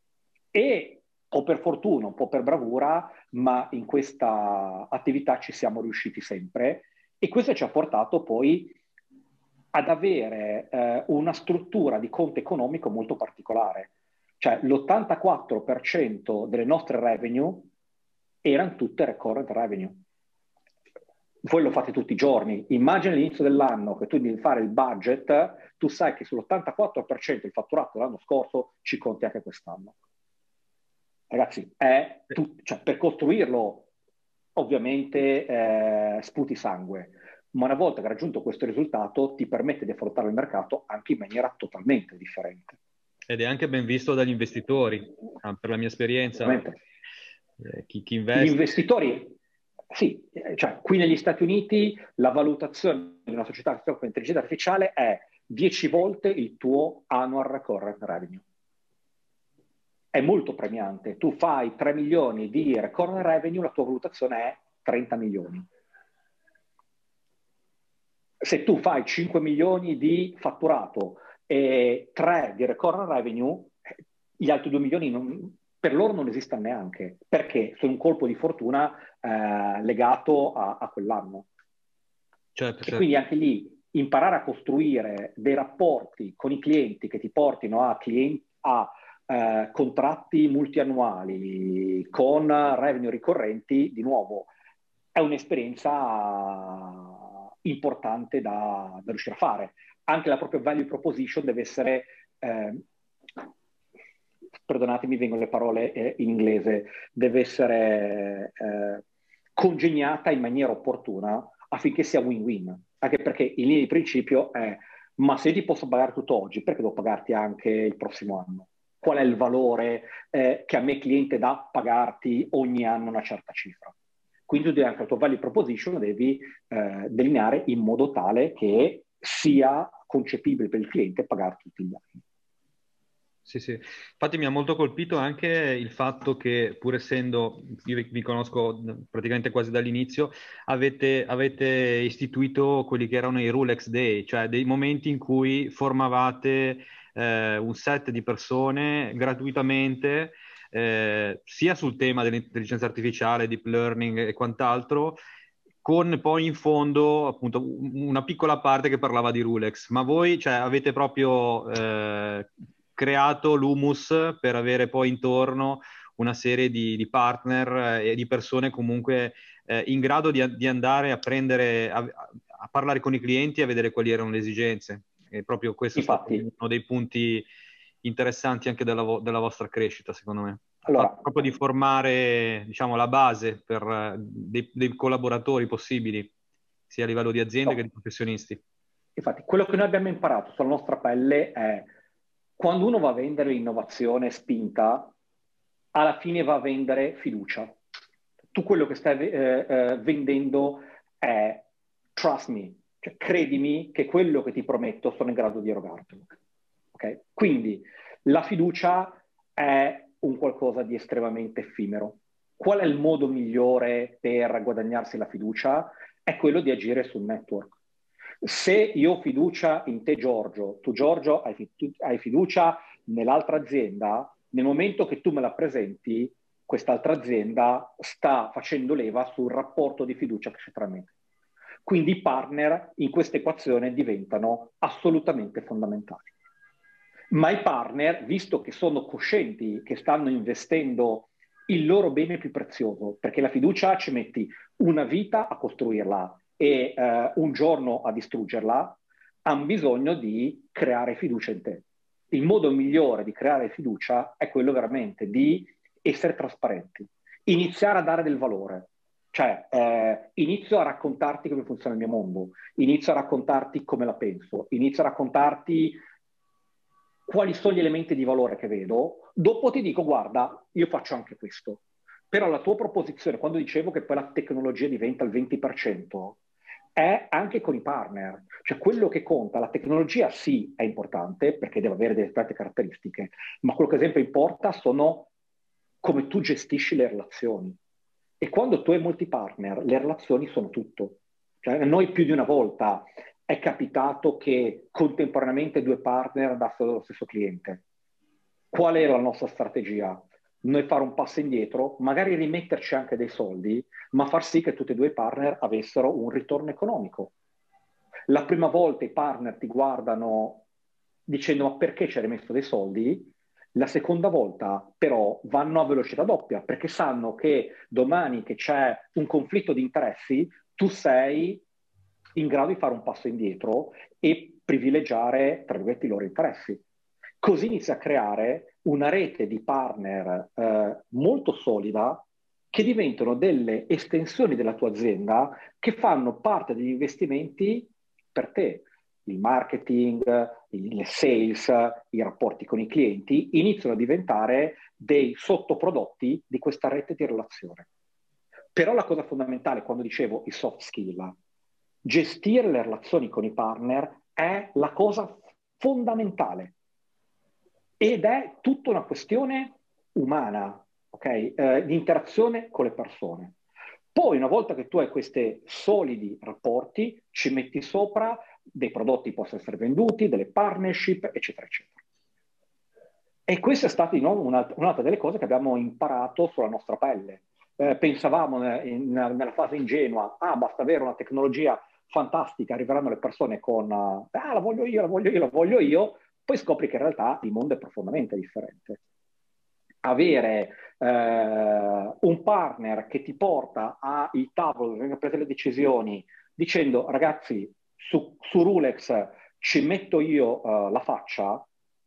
S2: E o per fortuna, un po' per bravura, ma in questa attività ci siamo riusciti sempre, e questo ci ha portato poi ad avere eh, una struttura di conto economico molto particolare. Cioè l'ottantaquattro per cento delle nostre revenue erano tutte recurrent revenue. Voi lo fate tutti i giorni. Immagina all'inizio dell'anno che tu devi fare il budget, tu sai che sull'ottantaquattro per cento del fatturato dell'anno scorso ci conti anche quest'anno. Ragazzi, è tu, cioè, per costruirlo ovviamente eh, sputi sangue, ma una volta che hai raggiunto questo risultato ti permette di affrontare il mercato anche in maniera totalmente differente.
S1: Ed è anche ben visto dagli investitori, ah, per la mia esperienza. Eh, chi, chi investe...
S2: Gli investitori, sì, cioè qui negli Stati Uniti la valutazione di una società che si occupa di intelligenza artificiale è dieci volte il tuo annual recurrent revenue. è molto premiante. Tu fai tre milioni di recurring revenue, la tua valutazione è trenta milioni. Se tu fai cinque milioni di fatturato e tre di recurring revenue, gli altri due milioni non, per loro non esistono neanche, perché sono un colpo di fortuna eh, legato a, a quell'anno.
S1: Certo,
S2: e
S1: certo.
S2: quindi anche lì imparare a costruire dei rapporti con i clienti che ti portino a, clienti, a eh, contratti multiannuali con revenue ricorrenti, di nuovo, è un'esperienza importante da, da riuscire a fare. Anche la propria value proposition deve essere, eh, perdonatemi, vengono le parole eh, in inglese, deve essere eh, congegnata in maniera opportuna affinché sia win-win. Anche perché in linea di principio è: ma se ti posso pagare tutto oggi, perché devo pagarti anche il prossimo anno? Qual è il valore eh, che a me cliente dà pagarti ogni anno una certa cifra? Quindi tu devi anche la tua value proposition devi eh, delineare in modo tale che sia concepibile per il cliente pagare tutti gli anni.
S1: Sì, sì. Infatti mi ha molto colpito anche il fatto che, pur essendo, io vi, vi conosco praticamente quasi dall'inizio, avete, avete istituito quelli che erano i Rulex Day, cioè dei momenti in cui formavate eh, un set di persone gratuitamente, eh, sia sul tema dell'intelligenza artificiale, deep learning e quant'altro, con poi in fondo appunto una piccola parte che parlava di Rulex. Ma voi, cioè, avete proprio eh, creato l'humus per avere poi intorno una serie di, di partner e di persone comunque eh, in grado di, di andare a prendere, a, a parlare con i clienti e a vedere quali erano le esigenze. E proprio questo è stato
S2: Infatti,
S1: uno dei punti interessanti anche della, vo- della vostra crescita, secondo me. Ha fatto
S2: allora,
S1: proprio di formare, diciamo, la base per eh, dei, dei collaboratori possibili, sia a livello di aziende che
S2: no,
S1: di professionisti.
S2: infatti, quello che noi abbiamo imparato sulla nostra pelle è: quando uno va a vendere l'innovazione spinta, alla fine va a vendere fiducia. Tu quello che stai eh, eh, vendendo è trust me, cioè credimi che quello che ti prometto sono in grado di erogartelo. Okay? Quindi la fiducia è un qualcosa di estremamente effimero. Qual è il modo migliore per guadagnarsi la fiducia? È quello di agire sul network. Se io ho fiducia in te, Giorgio, tu, Giorgio, hai, fi- hai fiducia nell'altra azienda, nel momento che tu me la presenti, quest'altra azienda sta facendo leva sul rapporto di fiducia che c'è tra me. Quindi i partner in questa equazione diventano assolutamente fondamentali. Ma i partner, visto che sono coscienti che stanno investendo il loro bene più prezioso, perché la fiducia ci metti una vita a costruirla e eh, un giorno a distruggerla, hanno bisogno di creare fiducia in te. Il modo migliore di creare fiducia è quello veramente di essere trasparenti, iniziare a dare del valore. Cioè, eh, inizio a raccontarti come funziona il mio mondo, inizio a raccontarti come la penso, inizio a raccontarti quali sono gli elementi di valore che vedo, dopo ti dico: guarda, io faccio anche questo. Però la tua proposizione, quando dicevo che poi la tecnologia diventa il venti per cento, è anche con i partner. Cioè quello che conta, la tecnologia sì è importante perché deve avere delle certe caratteristiche, ma quello che ad esempio importa sono come tu gestisci le relazioni. E quando tu hai molti partner, le relazioni sono tutto. Cioè, a noi più di una volta è capitato che contemporaneamente due partner andassero dallo stesso cliente. Qual era la nostra strategia? Noi fare un passo indietro, magari rimetterci anche dei soldi, ma far sì che tutti e due i partner avessero un ritorno economico. La prima volta i partner ti guardano dicendo: ma perché ci hai rimesso dei soldi? La seconda volta però vanno a velocità doppia perché sanno che domani che c'è un conflitto di interessi, tu sei in grado di fare un passo indietro e privilegiare, tra virgolette, i loro interessi. Così inizia a creare una rete di partner eh, molto solida che diventano delle estensioni della tua azienda che fanno parte degli investimenti per te. Il marketing, le sales, i rapporti con i clienti iniziano a diventare dei sottoprodotti di questa rete di relazione. Però la cosa fondamentale, quando dicevo i soft skill, gestire le relazioni con i partner è la cosa fondamentale ed è tutta una questione umana, ok? Eh, di interazione con le persone. Poi, una volta che tu hai questi solidi rapporti, ci metti sopra dei prodotti che possono essere venduti, delle partnership, eccetera, eccetera. E questa è stata no, una, un'altra delle cose che abbiamo imparato sulla nostra pelle. Eh, pensavamo in, nella fase ingenua, ah, basta avere una tecnologia fantastica, arriveranno le persone con, uh, ah, la voglio io, la voglio io, la voglio io, poi scopri che in realtà il mondo è profondamente differente. Avere eh, un partner che ti porta al tavolo dove vengono prese le decisioni dicendo ragazzi su, su Rulex ci metto io uh, la faccia,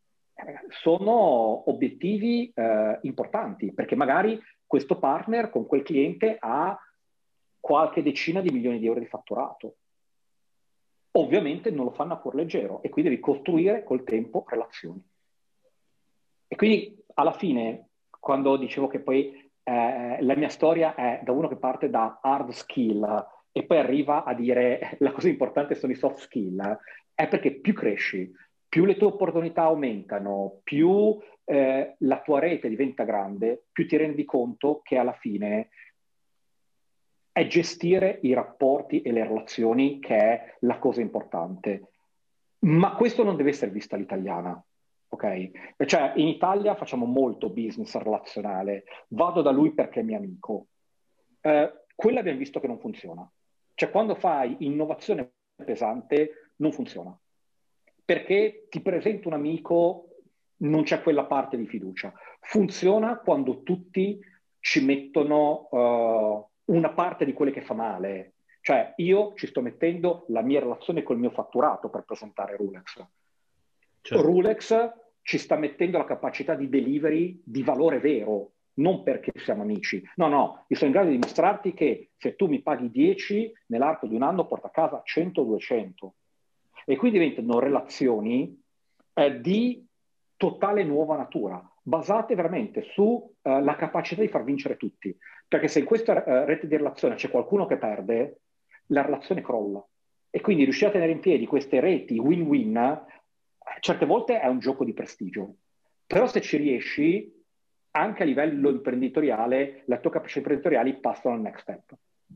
S2: sono obiettivi eh, importanti, perché magari questo partner con quel cliente ha qualche decina di milioni di euro di fatturato. Ovviamente non lo fanno a cuor leggero e quindi devi costruire col tempo relazioni. E quindi alla fine, quando dicevo che poi eh, la mia storia è da uno che parte da hard skill e poi arriva a dire la cosa importante sono i soft skill, è perché più cresci, più le tue opportunità aumentano, più eh, la tua rete diventa grande, più ti rendi conto che alla fine è gestire i rapporti e le relazioni che è la cosa importante. Ma questo non deve essere visto all'italiana, ok? Cioè, in Italia facciamo molto business relazionale. Vado da lui perché è mio amico. Eh, quello abbiamo visto che non funziona. Cioè, quando fai innovazione pesante, non funziona. Perché ti presento un amico, non c'è quella parte di fiducia. Funziona quando tutti ci mettono uh, una parte di quelle che fa male. Cioè, io ci sto mettendo la mia relazione col mio fatturato per presentare Rulex. Certo. Rulex ci sta mettendo la capacità di delivery di valore vero, non perché siamo amici. No, no, io sono in grado di dimostrarti che se tu mi paghi dieci, nell'arco di un anno porto a casa cento duecento. E qui diventano relazioni eh, di totale nuova natura, basate veramente sulla uh, capacità di far vincere tutti. Perché se in questa uh, rete di relazione c'è qualcuno che perde, la relazione crolla. E quindi riuscire a tenere in piedi queste reti win-win, certe volte è un gioco di prestigio. Però se ci riesci, anche a livello imprenditoriale, le tue capacità imprenditoriali passano al next step.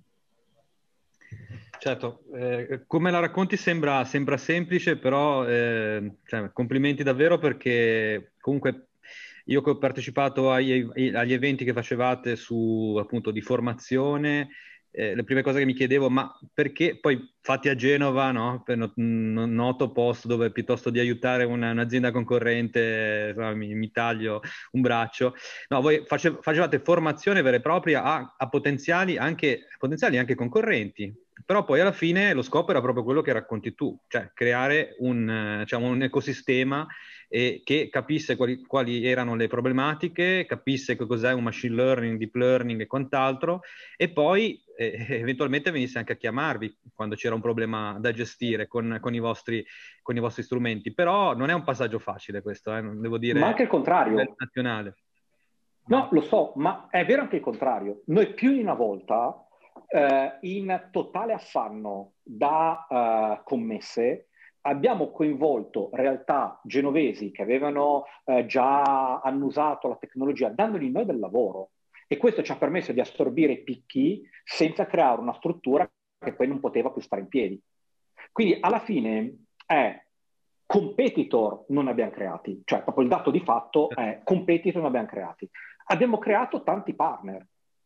S1: Certo, eh, come la racconti sembra, sembra semplice, però eh, cioè, complimenti davvero perché comunque io che ho partecipato agli, agli eventi che facevate su appunto di formazione, eh, le prime cose che mi chiedevo, ma perché poi fatti a Genova, no? Per no, noto posto dove piuttosto di aiutare una, un'azienda concorrente, insomma, mi, mi taglio un braccio. No, voi face, facevate formazione vera e propria a, a potenziali, anche, potenziali anche concorrenti. Però poi alla fine lo scopo era proprio quello che racconti tu, cioè creare un, diciamo, un ecosistema e che capisse quali, quali erano le problematiche, capisse che cos'è un machine learning, deep learning e quant'altro, e poi eh, eventualmente venisse anche a chiamarvi quando c'era un problema da gestire con, con, i, vostri, con i vostri strumenti. Però non è un passaggio facile questo, eh, devo dire,
S2: ma anche il contrario.
S1: A livello nazionale.
S2: No, lo so, ma è vero anche il contrario. Noi più di una volta, eh, in totale affanno da uh, commesse, abbiamo coinvolto realtà genovesi che avevano eh, già annusato la tecnologia, dandogli noi del lavoro. E questo ci ha permesso di assorbire i picchi senza creare una struttura che poi non poteva più stare in piedi. Quindi alla fine è competitor non abbiamo creati, cioè proprio il dato di fatto è competitor non abbiamo creati. Abbiamo creato tanti partner,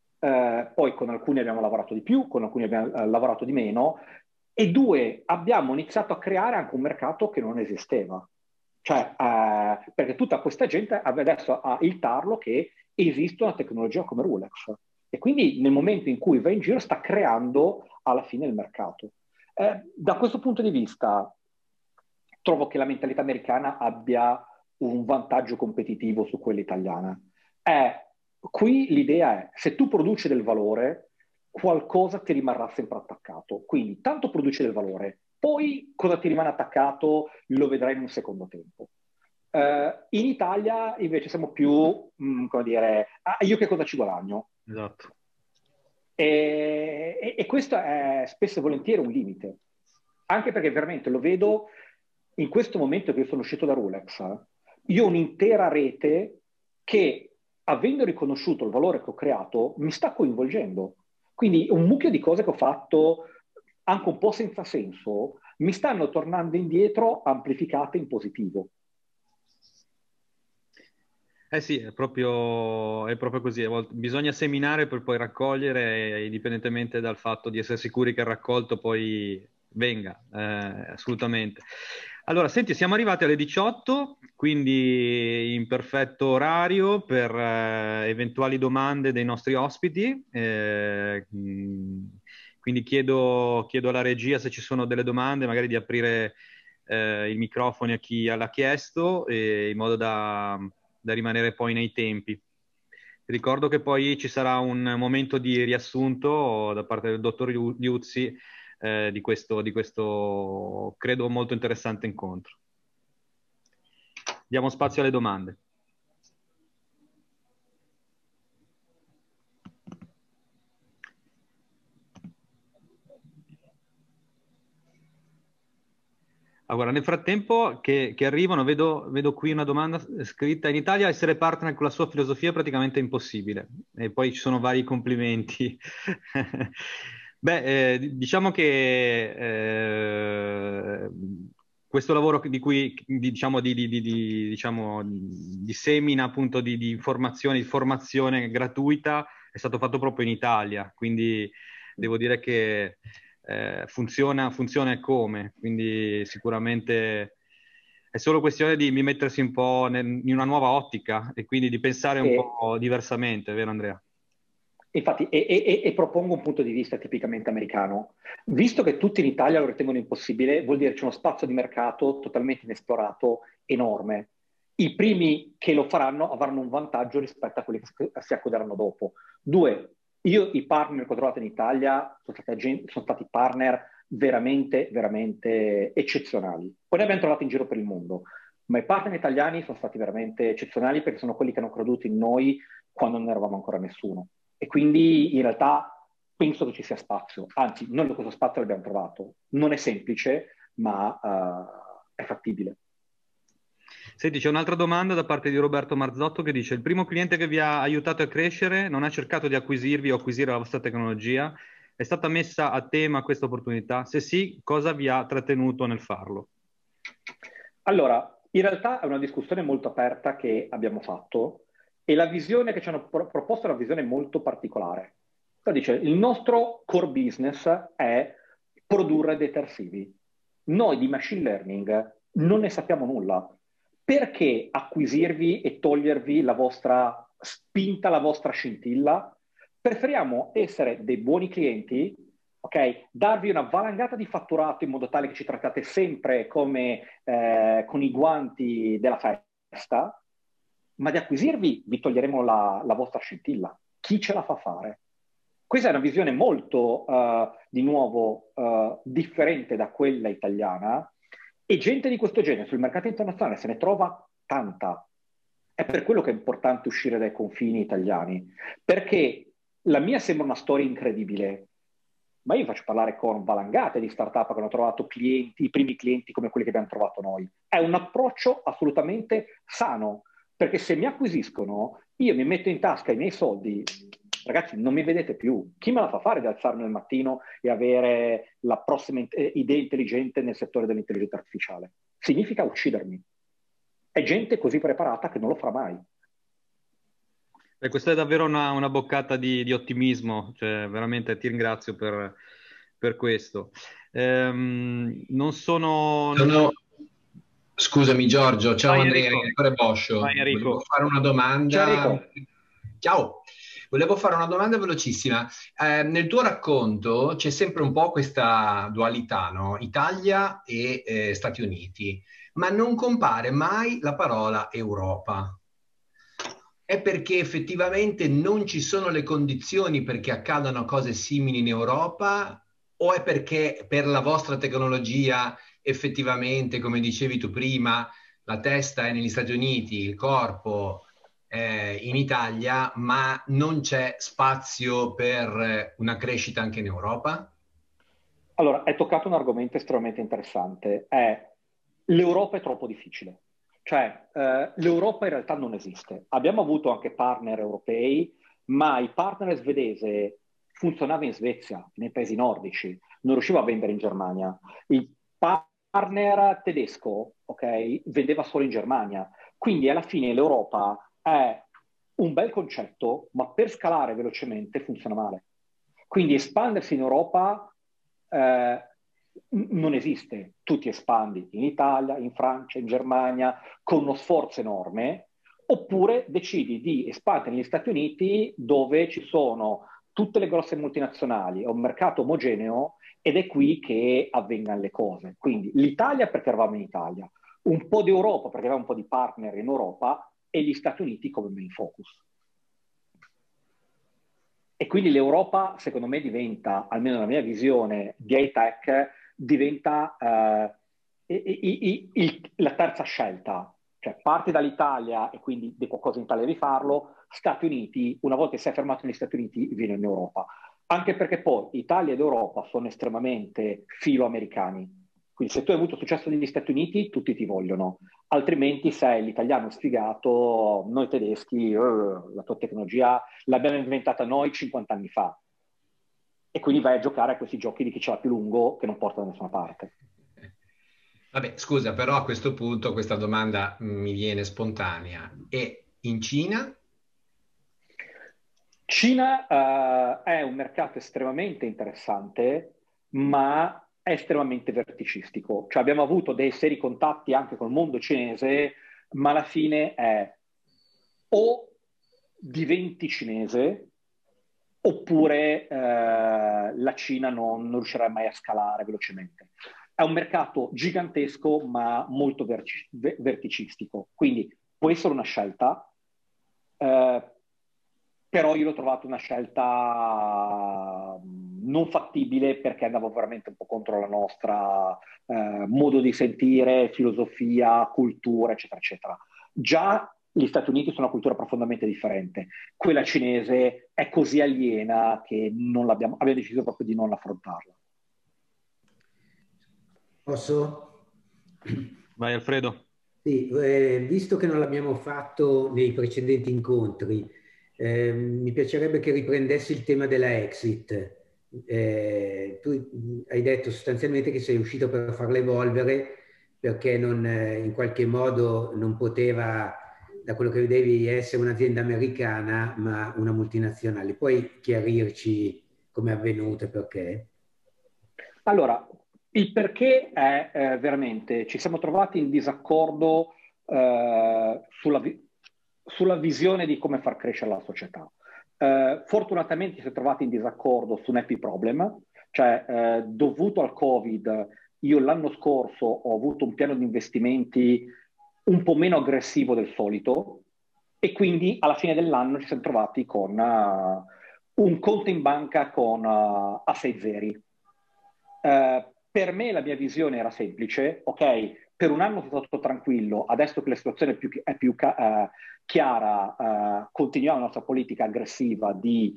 S2: eh, poi con alcuni abbiamo lavorato di più, con alcuni abbiamo eh, lavorato di meno, e due, abbiamo iniziato a creare anche un mercato che non esisteva. Cioè, eh, perché tutta questa gente adesso ha il tarlo che esiste una tecnologia come Rulex. E quindi nel momento in cui va in giro sta creando alla fine il mercato. Eh, da questo punto di vista trovo che la mentalità americana abbia un vantaggio competitivo su quella italiana. È, qui l'idea è, se tu produci del valore, qualcosa ti rimarrà sempre attaccato. Quindi tanto produci del valore, poi cosa ti rimane attaccato lo vedrai in un secondo tempo. Uh, in Italia invece siamo più, mh, come dire, ah, io che cosa ci guadagno?
S1: Esatto.
S2: E, e, e questo è spesso e volentieri un limite, anche perché veramente lo vedo in questo momento che io sono uscito da Rulex, io ho un'intera rete che avendo riconosciuto il valore che ho creato, mi sta coinvolgendo. Quindi un mucchio di cose che ho fatto, anche un po' senza senso, mi stanno tornando indietro amplificate in positivo.
S1: Eh sì, è proprio, è proprio così. Bisogna seminare per poi raccogliere, e indipendentemente dal fatto di essere sicuri che il raccolto poi venga, eh, assolutamente. Allora, senti, siamo arrivati alle diciotto, quindi in perfetto orario per eh, eventuali domande dei nostri ospiti. Eh, mh, quindi chiedo, chiedo alla regia se ci sono delle domande, magari di aprire eh, i microfoni a chi l'ha chiesto, e in modo da da rimanere poi nei tempi. Ricordo che poi ci sarà un momento di riassunto da parte del dottor Liuzzi eh, di questo, di questo, credo, molto interessante incontro. Diamo spazio alle domande. Allora, nel frattempo che, che arrivano, vedo, vedo qui una domanda scritta: in Italia essere partner con la sua filosofia è praticamente impossibile. E poi ci sono vari complimenti. Beh, eh, diciamo che eh, questo lavoro di cui diciamo di, di, di, di, diciamo, di semina appunto di, di informazione, di formazione gratuita è stato fatto proprio in Italia, quindi devo dire che eh, funziona, funziona e come, quindi sicuramente è solo questione di mettersi un po' nel, in una nuova ottica e quindi di pensare un
S2: E,
S1: po' diversamente, vero Andrea?
S2: infatti, e, e, e propongo un punto di vista tipicamente americano. Visto che tutti in Italia lo ritengono impossibile, vuol dire c'è uno spazio di mercato totalmente inesplorato enorme. I primi che lo faranno avranno un vantaggio rispetto a quelli che si accoderanno dopo. Due, io i partner che ho trovato in Italia sono stati, sono stati partner veramente, veramente eccezionali. Poi ne abbiamo trovati in giro per il mondo, ma i partner italiani sono stati veramente eccezionali perché sono quelli che hanno creduto in noi quando non eravamo ancora nessuno. E quindi in realtà penso che ci sia spazio, anzi, noi questo spazio l'abbiamo trovato. Non è semplice, ma uh, è fattibile.
S1: Senti, c'è un'altra domanda da parte di Roberto Marzotto che dice: il primo cliente che vi ha aiutato a crescere non ha cercato di acquisirvi o acquisire la vostra tecnologia? È stata messa a tema questa opportunità? Se sì, cosa vi ha trattenuto nel farlo?
S2: Allora, in realtà è una discussione molto aperta che abbiamo fatto e la visione che ci hanno pro- proposto è una visione molto particolare. Cioè dice, il nostro core business è produrre detersivi. Noi di machine learning non ne sappiamo nulla. Perché acquisirvi e togliervi la vostra spinta, la vostra scintilla? Preferiamo essere dei buoni clienti, ok? Darvi una valangata di fatturato in modo tale che ci trattate sempre come eh, con i guanti della festa, ma di acquisirvi vi toglieremo la, la vostra scintilla. Chi ce la fa fare? Questa è una visione molto, uh, di nuovo, uh, differente da quella italiana, e gente di questo genere sul mercato internazionale se ne trova tanta. È per quello che è importante uscire dai confini italiani, perché la mia sembra una storia incredibile, ma io faccio parlare con valangate di startup che hanno trovato clienti, i primi clienti come quelli che abbiamo trovato noi. È un approccio assolutamente sano, perché se mi acquisiscono, io mi metto in tasca i miei soldi, ragazzi, non mi vedete più. Chi me la fa fare di alzarmi al mattino e avere la prossima idea intelligente nel settore dell'intelligenza artificiale? Significa uccidermi. È gente così preparata che non lo farà mai.
S1: E questa è davvero una, una boccata di, di ottimismo, cioè veramente ti ringrazio per, per questo. Ehm, non sono... Non...
S3: Sono... Scusami Giorgio, ciao
S1: Vai
S3: Andrea,
S1: Enrico.
S3: ancora Boscio.
S1: Vai Enrico.
S3: Volevo fare una
S2: Ciao
S3: domanda.
S2: Enrico.
S3: Ciao, volevo fare una domanda velocissima. Eh, nel tuo racconto c'è sempre un po' questa dualità, no? Italia e eh, Stati Uniti, ma non compare mai la parola Europa. È perché effettivamente non ci sono le condizioni perché accadano cose simili in Europa, o è perché per la vostra tecnologia effettivamente, come dicevi tu prima, la testa è negli Stati Uniti, il corpo è in Italia, ma non c'è spazio per una crescita anche in Europa?
S2: Allora, hai toccato un argomento estremamente interessante. È l'Europa è troppo difficile. Cioè, eh, l'Europa in realtà non esiste. Abbiamo avuto anche partner europei, ma il partner svedese funzionava in Svezia, nei paesi nordici, non riusciva a vendere in Germania. Il partner tedesco, ok, vendeva solo in Germania. Quindi alla fine l'Europa è un bel concetto, ma per scalare velocemente funziona male. Quindi espandersi in Europa eh, non esiste. Tu ti espandi in Italia, in Francia, in Germania, con uno sforzo enorme, oppure decidi di espandere negli Stati Uniti dove ci sono tutte le grosse multinazionali, è un mercato omogeneo ed è qui che avvengano le cose. Quindi l'Italia perché eravamo in Italia, un po' d'Europa perché avevamo un po' di partner in Europa e gli Stati Uniti come main focus. E quindi l'Europa, secondo me, diventa, almeno nella mia visione di high-tech, diventa eh, i, i, i, la terza scelta. Cioè parti dall'Italia e quindi di qualcosa in Italia devi farlo, Stati Uniti, una volta che sei fermato negli Stati Uniti, vieni in Europa. Anche perché poi Italia ed Europa sono estremamente filo-americani. Quindi se tu hai avuto successo negli Stati Uniti, tutti ti vogliono. Altrimenti sei l'italiano sfigato, noi tedeschi, uh, la tua tecnologia l'abbiamo inventata noi cinquanta anni fa. E quindi vai a giocare a questi giochi di chi ce l'ha più lungo che non porta da nessuna parte.
S3: Vabbè, scusa, però a questo punto questa domanda mi viene spontanea. E in Cina?
S2: Cina uh, è un mercato estremamente interessante, ma è estremamente verticistico. Cioè abbiamo avuto dei seri contatti anche col mondo cinese, ma alla fine è o diventi cinese oppure eh, la Cina non, non riuscirà mai a scalare velocemente. È un mercato gigantesco ma molto verci- verticistico, quindi può essere una scelta, eh, però io l'ho trovato una scelta non fattibile perché andavo veramente un po' contro la nostra eh, modo di sentire, filosofia, cultura, eccetera, eccetera. Già gli Stati Uniti sono una cultura profondamente differente. Quella cinese è così aliena che non l'abbiamo, abbiamo deciso proprio di non affrontarla.
S4: Posso?
S1: Vai Alfredo.
S4: Sì, eh, visto che non l'abbiamo fatto nei precedenti incontri, eh, mi piacerebbe che riprendessi il tema della exit. Eh, tu hai detto sostanzialmente che sei uscito per farla evolvere perché non, eh, in qualche modo non poteva, da quello che vedevi, essere un'azienda americana, ma una multinazionale. Puoi chiarirci come è avvenuto e perché?
S2: Allora, il perché è eh, veramente, ci siamo trovati in disaccordo eh, sulla, vi- sulla visione di come far crescere la società. Eh, fortunatamente ci siamo trovati in disaccordo su un happy problem, cioè eh, dovuto al Covid, io l'anno scorso ho avuto un piano di investimenti un po' meno aggressivo del solito e quindi alla fine dell'anno ci siamo trovati con uh, un conto in banca con uh, a sei zeri. Uh, per me la mia visione era semplice, ok, per un anno sono stato tranquillo, adesso che la situazione è più, è più uh, chiara, uh, continuiamo la nostra politica aggressiva di,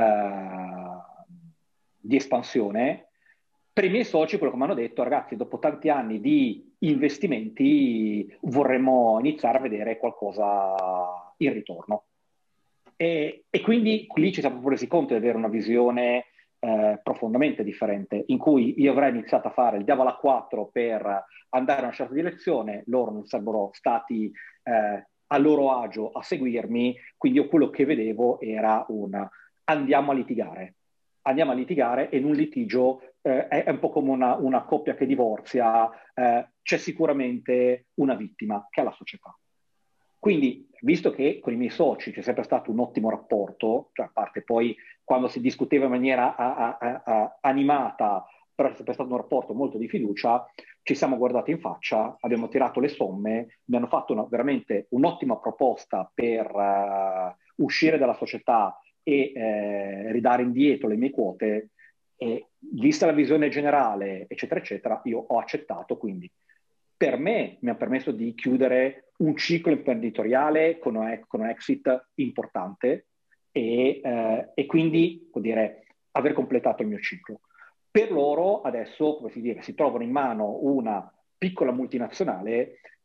S2: uh, di espansione. Per i miei soci, quello che mi hanno detto, ragazzi, dopo tanti anni di investimenti vorremmo iniziare a vedere qualcosa in ritorno. E, e quindi lì ci siamo resi conto di avere una visione eh, profondamente differente, in cui io avrei iniziato a fare il diavolo a quattro per andare in una certa direzione, loro non sarebbero stati eh, a loro agio a seguirmi, quindi io quello che vedevo era un andiamo a litigare. Andiamo a litigare e in un litigio eh, è, è un po' come una, una coppia che divorzia, eh, c'è sicuramente una vittima, che è la società. Quindi, visto che con i miei soci c'è sempre stato un ottimo rapporto, cioè a parte poi quando si discuteva in maniera a, a, a, animata, però è sempre stato un rapporto molto di fiducia, ci siamo guardati in faccia, abbiamo tirato le somme, mi hanno fatto una, veramente un'ottima proposta per uh, uscire dalla società e eh, ridare indietro le mie quote, e vista la visione generale, eccetera, eccetera, io ho accettato, quindi per me mi ha permesso di chiudere un ciclo imprenditoriale con un, con un exit importante e, eh, e quindi, vuol dire, aver completato il mio ciclo. Per loro adesso, come si dice, si trovano in mano una piccola multinazionale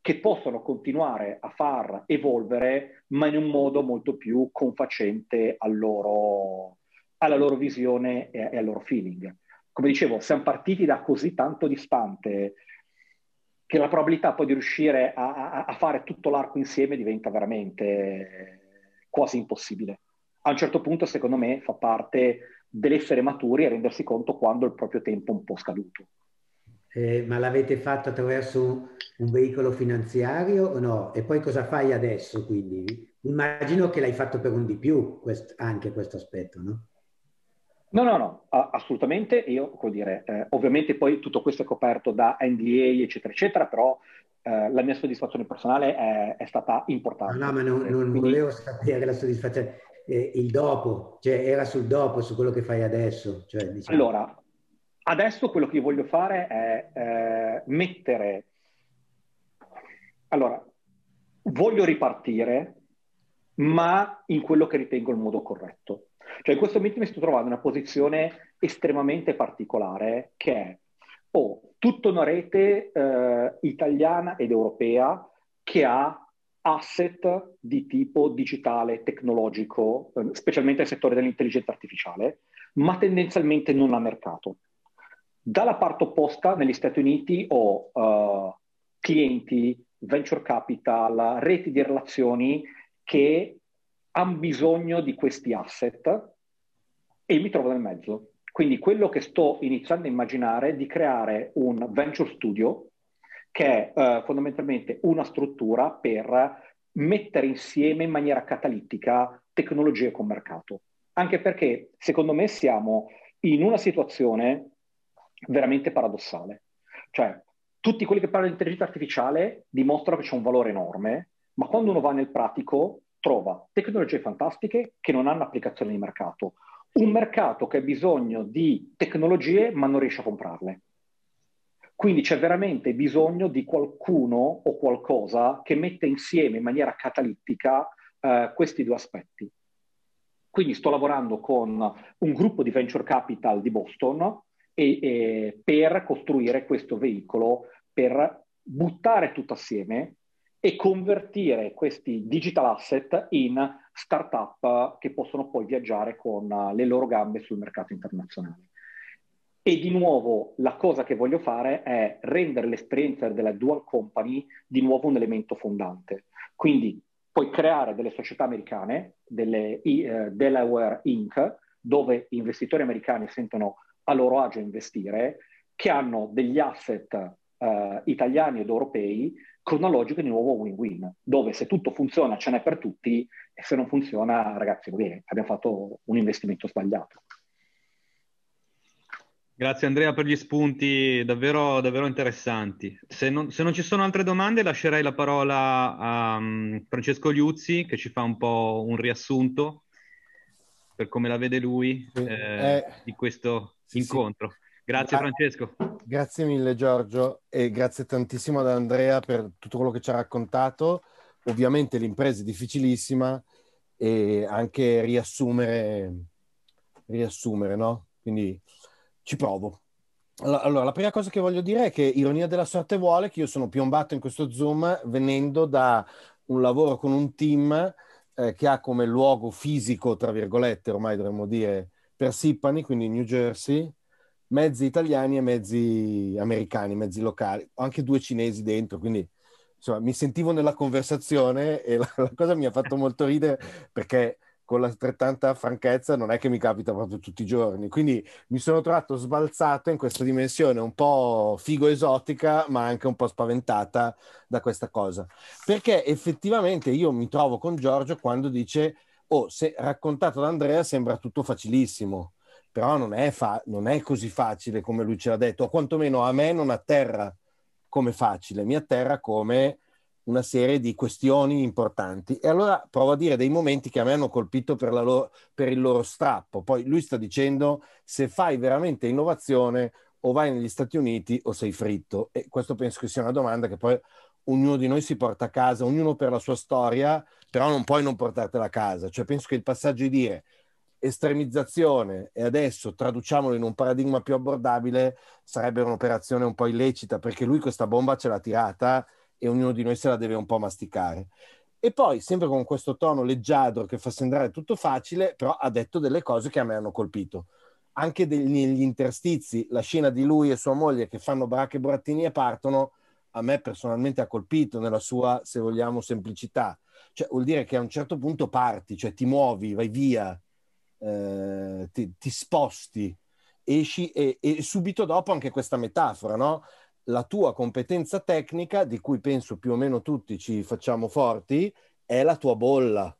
S2: che possono continuare a far evolvere, ma in un modo molto più confacente al loro, alla loro visione e, e al loro feeling. Come dicevo, siamo partiti da così tanto distante che la probabilità poi di riuscire a, a, a fare tutto l'arco insieme diventa veramente quasi impossibile. A un certo punto, secondo me, fa parte dell'essere maturi e rendersi conto quando il proprio tempo è un po' scaduto.
S4: Eh, ma l'avete fatto attraverso un, un veicolo finanziario o no? E poi cosa fai adesso, quindi? Immagino che l'hai fatto per un di più, quest- anche questo aspetto, no?
S2: No, no, no, a- assolutamente. Io, come dire, eh, ovviamente poi tutto questo è coperto da N D A, eccetera, eccetera, però eh, la mia soddisfazione personale è, è stata
S4: No, no,
S2: importante.
S4: ma non,
S2: Eh,
S4: non
S2: quindi,
S4: volevo sapere la soddisfazione, eh, il dopo, cioè era sul dopo, su quello che fai adesso, cioè diciamo.
S2: allora, adesso quello che io voglio fare è eh, mettere... Allora, voglio ripartire, ma in quello che ritengo il modo corretto. Cioè in questo momento mi sto trovando in una posizione estremamente particolare che è ho tutta una rete eh, italiana ed europea che ha asset di tipo digitale, tecnologico, eh, specialmente nel settore dell'intelligenza artificiale, ma tendenzialmente non ha mercato. Dalla parte opposta, negli Stati Uniti ho uh, clienti, venture capital, reti di relazioni che hanno bisogno di questi asset e mi trovo nel mezzo. Quindi quello che sto iniziando a immaginare è di creare un venture studio che è uh, fondamentalmente una struttura per mettere insieme in maniera catalittica tecnologie con mercato. Anche perché secondo me siamo in una situazione veramente paradossale. Cioè, tutti quelli che parlano di intelligenza artificiale dimostrano che c'è un valore enorme, ma quando uno va nel pratico trova tecnologie fantastiche che non hanno applicazione di mercato. Un mercato che ha bisogno di tecnologie ma non riesce a comprarle. Quindi c'è veramente bisogno di qualcuno o qualcosa che mette insieme in maniera catalittica eh, questi due aspetti. Quindi sto lavorando con un gruppo di venture capital di Boston e, e per costruire questo veicolo, per buttare tutto assieme e convertire questi digital asset in startup che possono poi viaggiare con le loro gambe sul mercato internazionale. E di nuovo la cosa che voglio fare è rendere l'esperienza della dual company di nuovo un elemento fondante. Quindi puoi creare delle società americane, delle uh, Delaware Incorporated, dove investitori americani sentono a loro agio investire, che hanno degli asset uh, italiani ed europei con una logica di nuovo win-win, dove se tutto funziona ce n'è per tutti e se non funziona, ragazzi, bene, abbiamo fatto un investimento sbagliato.
S1: Grazie Andrea per gli spunti davvero, davvero interessanti. Se non, se non ci sono altre domande lascerei la parola a um, Francesco Liuzzi che ci fa un po' un riassunto per come la vede lui
S5: sì,
S1: eh,
S5: eh,
S1: di questo
S5: sì,
S1: incontro.
S5: Sì.
S1: Grazie
S5: Gra-
S1: Francesco.
S5: Grazie mille Giorgio e grazie tantissimo ad Andrea per tutto quello che ci ha raccontato. Ovviamente l'impresa è difficilissima e anche riassumere, riassumere, no? Quindi ci provo. Allora, la prima cosa che voglio dire è che ironia della sorte vuole che io sono piombato in questo Zoom venendo da un lavoro con un team eh, che ha come luogo fisico, tra virgolette, ormai dovremmo dire, Persipani, quindi New Jersey, mezzi italiani e mezzi americani, mezzi locali, ho anche due cinesi dentro, quindi insomma mi sentivo nella conversazione e la, la cosa mi ha fatto molto ridere perché con altrettanta franchezza non è che mi capita proprio tutti i giorni, quindi mi sono trovato sbalzato in questa dimensione un po' figo esotica ma anche un po' spaventata da questa cosa, perché effettivamente io mi trovo con Giorgio quando dice oh, se raccontato da Andrea sembra tutto facilissimo, però non è, fa- non è così facile come lui ce l'ha detto, o quantomeno a me non atterra come facile, mi atterra come una serie di questioni importanti. E allora provo a dire dei momenti che a me hanno colpito per, la loro, per il loro strappo. Poi lui sta dicendo se fai veramente innovazione o vai negli Stati Uniti o sei fritto. E questo penso che sia una domanda che poi ognuno di noi si porta a casa, ognuno per la sua storia, però non puoi non portartela a casa. Cioè penso che il passaggio di dire estremizzazione e adesso traduciamolo in un paradigma più abbordabile sarebbe un'operazione un po' illecita, perché lui questa bomba ce l'ha tirata e ognuno di noi se la deve un po' masticare. E poi, sempre con questo tono leggiadro che fa sembrare tutto facile, però ha detto delle cose che a me hanno colpito. Anche degli, negli interstizi, la scena di lui e sua moglie che fanno bracche, burattini e partono, a me personalmente ha colpito nella sua, se vogliamo, semplicità. Cioè, vuol dire che a un certo punto parti, cioè ti muovi, vai via, eh, ti, ti sposti, esci e, e subito dopo anche questa metafora, no? La tua competenza tecnica, di cui penso più o meno tutti ci facciamo forti, è la tua bolla.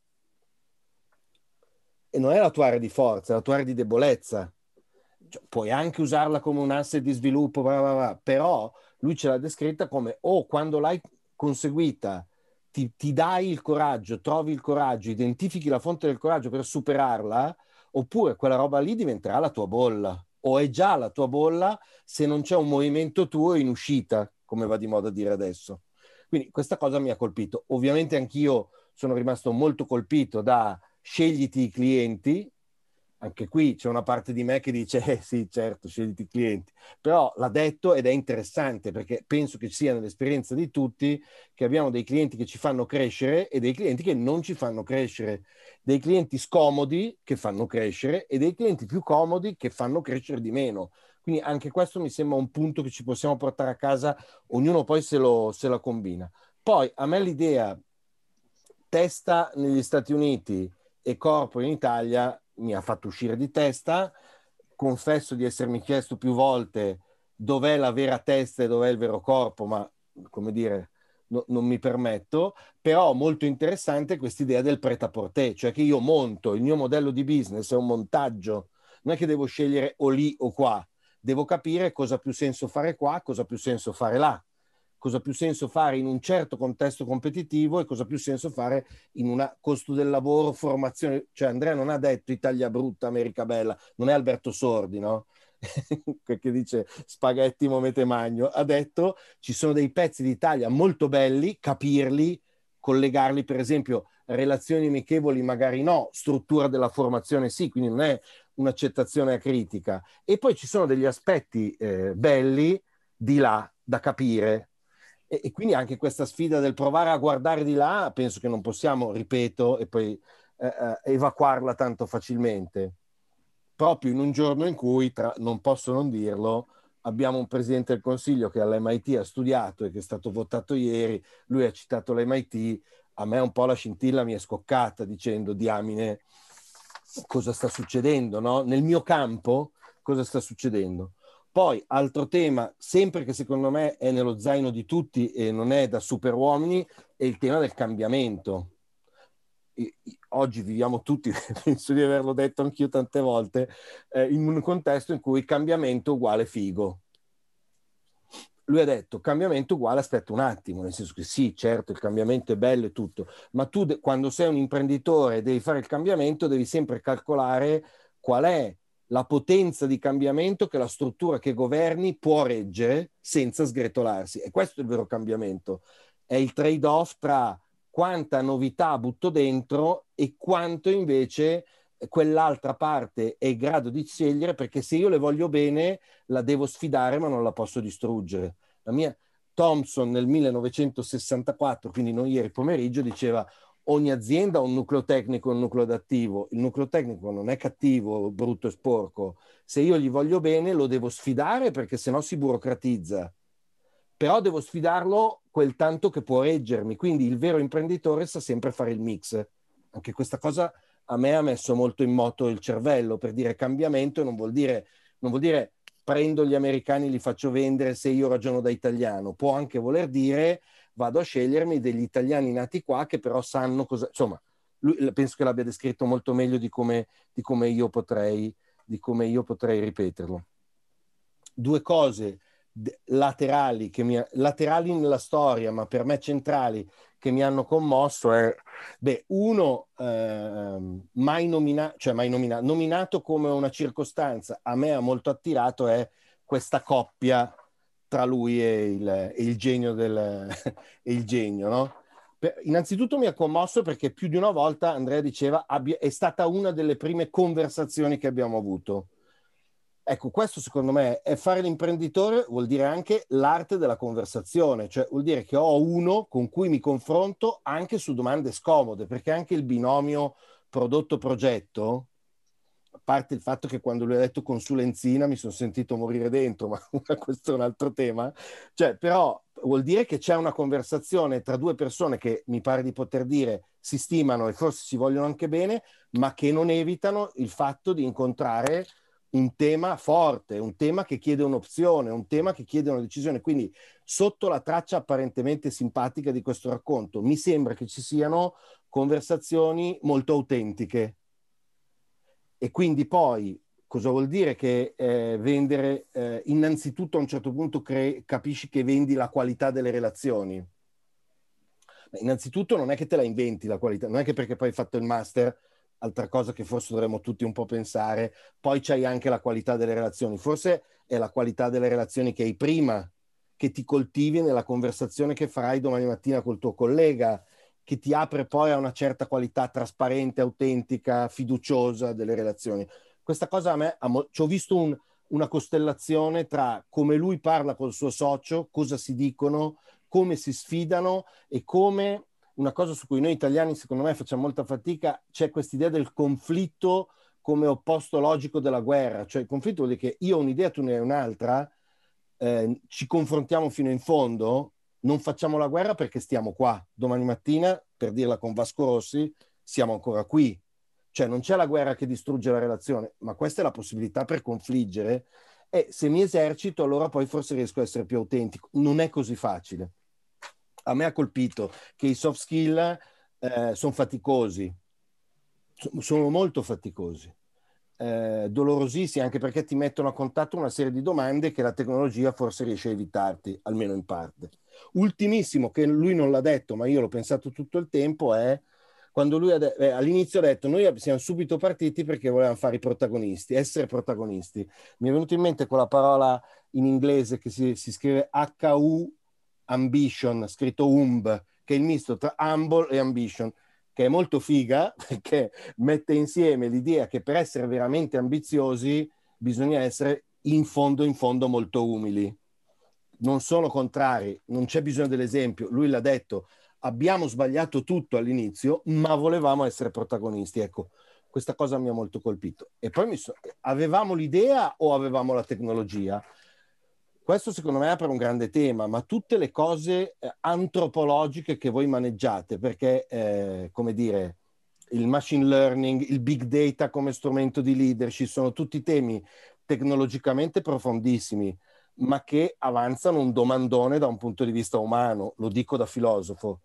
S5: E non è la tua area di forza, è la tua area di debolezza. Cioè, puoi anche usarla come un asset di sviluppo, bla bla bla, però lui ce l'ha descritta come o oh, quando l'hai conseguita ti, ti dai il coraggio, trovi il coraggio, identifichi la fonte del coraggio per superarla, oppure quella roba lì diventerà la tua bolla, o è già la tua bolla se non c'è un movimento tuo in uscita, come va di moda dire adesso. Quindi questa cosa mi ha colpito. Ovviamente anch'io sono rimasto molto colpito da scegliti i clienti. Anche qui c'è una parte di me che dice eh sì, certo, scegliti i clienti, però l'ha detto ed è interessante perché penso che sia nell'esperienza di tutti che abbiamo dei clienti che ci fanno crescere e dei clienti che non ci fanno crescere, dei clienti scomodi che fanno crescere e dei clienti più comodi che fanno crescere di meno. Quindi anche questo mi sembra un punto che ci possiamo portare a casa, ognuno poi se lo, se la combina. Poi a me l'idea testa negli Stati Uniti e corpo in Italia mi ha fatto uscire di testa. Confesso di essermi chiesto più volte dov'è la vera testa e dov'è il vero corpo, ma come dire, no, non mi permetto. Però molto interessante quest'idea del prêt-à-porter, cioè che io monto, il mio modello di business è un montaggio, non è che devo scegliere o lì o qua, devo capire cosa ha più senso fare qua, cosa ha più senso fare là, cosa ha più senso fare in un certo contesto competitivo e cosa ha più senso fare in una costo del lavoro, formazione. Cioè Andrea non ha detto Italia brutta, America bella, non è Alberto Sordi, no? Che dice spaghetti momete magno. Ha detto ci sono dei pezzi d'Italia molto belli, capirli, collegarli, per esempio relazioni amichevoli magari no, struttura della formazione sì, quindi non è un'accettazione acritica. E poi ci sono degli aspetti eh, belli di là da capire. E quindi anche questa sfida del provare a guardare di là, penso che non possiamo, ripeto, e poi eh, eh, evacuarla tanto facilmente. Proprio in un giorno in cui, tra, non posso non dirlo, abbiamo un presidente del Consiglio che all'M I T ha studiato e che è stato votato ieri, lui ha citato l'M I T, a me un po' la scintilla mi è scoccata dicendo, diamine, cosa sta succedendo, no? Nel mio campo, cosa sta succedendo? Poi, altro tema, sempre che secondo me è nello zaino di tutti e non è da superuomini, è il tema del cambiamento. E, oggi viviamo tutti, penso di averlo detto anch'io tante volte, eh, in un contesto in cui cambiamento uguale figo. Lui ha detto cambiamento uguale aspetta un attimo, nel senso che sì, certo, il cambiamento è bello e tutto, ma tu de- quando sei un imprenditore e devi fare il cambiamento devi sempre calcolare qual è la potenza di cambiamento che la struttura che governi può reggere senza sgretolarsi. E questo è il vero cambiamento. È il trade-off tra quanta novità butto dentro e quanto invece quell'altra parte è in grado di scegliere, perché se io le voglio bene la devo sfidare ma non la posso distruggere. La mia Thomson nel millenovecentosessantaquattro, quindi non ieri pomeriggio, diceva ogni azienda ha un nucleo tecnico e un nucleo adattivo. Il nucleo tecnico non è cattivo, brutto e sporco. Se io gli voglio bene lo devo sfidare perché sennò si burocratizza. Però devo sfidarlo quel tanto che può reggermi. Quindi il vero imprenditore sa sempre fare il mix. Anche questa cosa a me ha messo molto in moto il cervello, per dire cambiamento non vuol dire, non vuol dire prendo gli americani e li faccio vendere se io ragiono da italiano. Può anche voler dire vado a scegliermi degli italiani nati qua che però sanno cosa, insomma, lui penso che l'abbia descritto molto meglio di come, di come io potrei, di come io potrei ripeterlo. Due cose laterali, che mi, laterali nella storia, ma per me centrali, che mi hanno commosso è, beh, uno, eh, mai, nomina- cioè mai nominato, nominato come una circostanza, a me ha molto attirato, è questa coppia tra lui e il, e il genio del e il genio, no? Per, innanzitutto mi ha commosso perché più di una volta Andrea diceva abbia, è stata una delle prime conversazioni che abbiamo avuto. Ecco, questo secondo me è fare l'imprenditore, vuol dire anche l'arte della conversazione, cioè vuol dire che ho uno con cui mi confronto anche su domande scomode, perché anche il binomio prodotto-progetto, a parte il fatto che quando lui ha detto consulenzina mi sono sentito morire dentro, ma questo è un altro tema, cioè però vuol dire che c'è una conversazione tra due persone che mi pare di poter dire si stimano e forse si vogliono anche bene, ma che non evitano il fatto di incontrare un tema forte, un tema che chiede un'opzione, un tema che chiede una decisione. Quindi sotto la traccia apparentemente simpatica di questo racconto mi sembra che ci siano conversazioni molto autentiche. E quindi poi cosa vuol dire che eh, vendere, eh, innanzitutto a un certo punto cre- capisci che vendi la qualità delle relazioni. Beh, innanzitutto non è che te la inventi la qualità, non è che perché poi hai fatto il master, altra cosa che forse dovremmo tutti un po' pensare, poi c'hai anche la qualità delle relazioni, forse è la qualità delle relazioni che hai prima, che ti coltivi nella conversazione che farai domani mattina col tuo collega, che ti apre poi a una certa qualità trasparente, autentica, fiduciosa delle relazioni. Questa cosa a me, ci ho visto un, una costellazione tra come lui parla col suo socio, cosa si dicono, come si sfidano e come una cosa su cui noi italiani secondo me facciamo molta fatica, c'è questa idea del conflitto come opposto logico della guerra, cioè il conflitto vuol dire che io ho un'idea, tu ne hai un'altra, eh, ci confrontiamo fino in fondo, non facciamo la guerra perché stiamo qua, domani mattina, per dirla con Vasco Rossi, siamo ancora qui, cioè non c'è la guerra che distrugge la relazione, ma questa è la possibilità per confliggere e se mi esercito allora poi forse riesco a essere più autentico, non è così facile. A me ha colpito che i soft skill eh, sono faticosi, sono molto faticosi, eh, dolorosissimi, anche perché ti mettono a contatto una serie di domande che la tecnologia forse riesce a evitarti, almeno in parte. Ultimissimo, che lui non l'ha detto, ma io l'ho pensato tutto il tempo, è quando lui de- eh, all'inizio ha detto noi siamo subito partiti perché volevamo fare i protagonisti, essere protagonisti. Mi è venuto in mente quella parola in inglese che si, si scrive H U ambition, scritto U M B, che è il misto tra humble e ambition, che è molto figa perché mette insieme l'idea che per essere veramente ambiziosi bisogna essere in fondo in fondo molto umili. Non sono contrari, non c'è bisogno dell'esempio, lui l'ha detto, abbiamo sbagliato tutto all'inizio, ma volevamo essere protagonisti. Ecco, questa cosa mi ha molto colpito. E poi mi so... avevamo l'idea o avevamo la tecnologia? Questo secondo me apre un grande tema, ma tutte le cose eh, antropologiche che voi maneggiate, perché, eh, come dire, il machine learning, il big data come strumento di leadership, sono tutti temi tecnologicamente profondissimi, ma che avanzano un domandone da un punto di vista umano, lo dico da filosofo.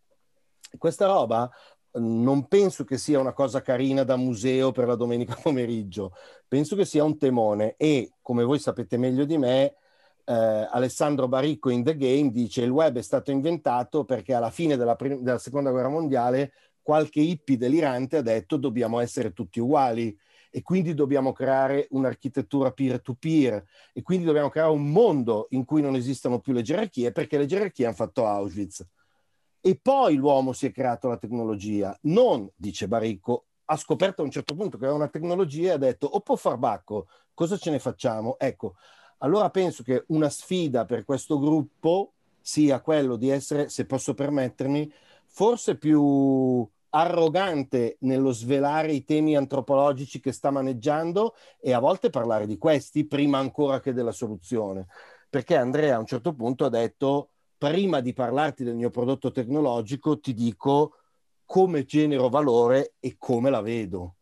S5: Questa roba non penso che sia una cosa carina da museo per la domenica pomeriggio, penso che sia un temone e, come voi sapete meglio di me, eh, Alessandro Baricco in The Game dice il web è stato inventato perché alla fine della, della seconda guerra mondiale qualche hippie delirante ha detto dobbiamo essere tutti uguali e quindi dobbiamo creare un'architettura peer-to-peer e quindi dobbiamo creare un mondo in cui non esistano più le gerarchie perché le gerarchie hanno fatto Auschwitz. E poi l'uomo si è creato la tecnologia, non, dice Baricco, ha scoperto a un certo punto che era una tecnologia e ha detto o può far bacco, cosa ce ne facciamo? Ecco, allora penso che una sfida per questo gruppo sia quello di essere, se posso permettermi, forse più arrogante nello svelare i temi antropologici che sta maneggiando e a volte parlare di questi prima ancora che della soluzione. Perché Andrea a un certo punto ha detto prima di parlarti del mio prodotto tecnologico ti dico come genero valore e come la vedo.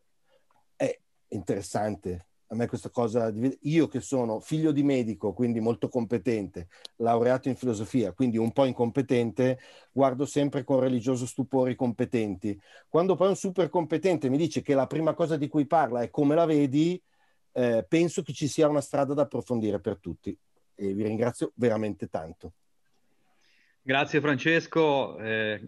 S5: È interessante. A me questa cosa, io che sono figlio di medico, quindi molto competente, laureato in filosofia, quindi un po' incompetente, guardo sempre con religioso stupore i competenti. Quando poi un super competente mi dice che la prima cosa di cui parla è come la vedi, eh, penso che ci sia una strada da approfondire per tutti. E vi ringrazio veramente tanto.
S1: Grazie Francesco. Eh,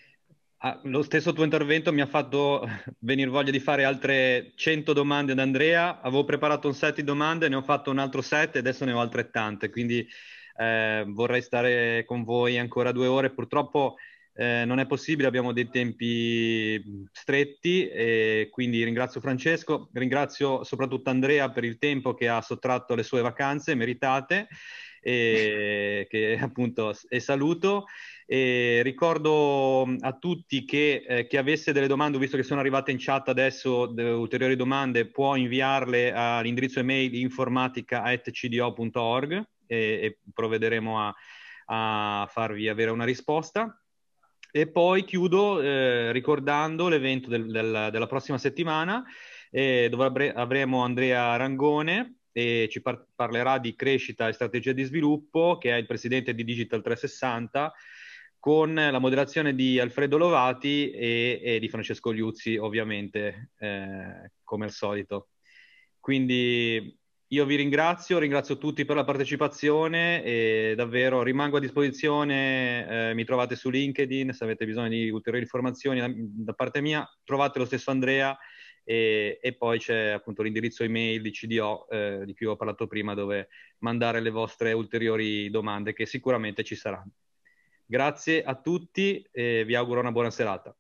S1: lo stesso tuo intervento mi ha fatto venire voglia di fare altre cento domande ad Andrea. Avevo preparato un set di domande, ne ho fatto un altro set e adesso ne ho altrettante, quindi eh, vorrei stare con voi ancora due ore. Purtroppo eh, non è possibile, abbiamo dei tempi stretti, e quindi ringrazio Francesco, ringrazio soprattutto Andrea per il tempo che ha sottratto alle sue vacanze meritate, e che appunto e saluto. E ricordo a tutti che eh, chi avesse delle domande, visto che sono arrivate in chat adesso delle ulteriori domande, può inviarle all'indirizzo email informatica chiocciola c d o punto org e, e provvederemo a, a farvi avere una risposta. E poi chiudo eh, ricordando l'evento del, del, della prossima settimana, eh, dove avremo avremo Andrea Rangone, e ci par- parlerà di crescita e strategia di sviluppo, che è il presidente di Digital trecentosessanta, con la moderazione di Alfredo Lovati e, e di Francesco Liuzzi, ovviamente, eh, come al solito. Quindi io vi ringrazio, ringrazio tutti per la partecipazione e davvero rimango a disposizione, eh, mi trovate su LinkedIn, se avete bisogno di ulteriori informazioni da, da parte mia, trovate lo stesso Andrea, e, e poi c'è appunto l'indirizzo email di C D O, eh, di cui ho parlato prima, dove mandare le vostre ulteriori domande, che sicuramente ci saranno. Grazie a tutti e vi auguro una buona serata.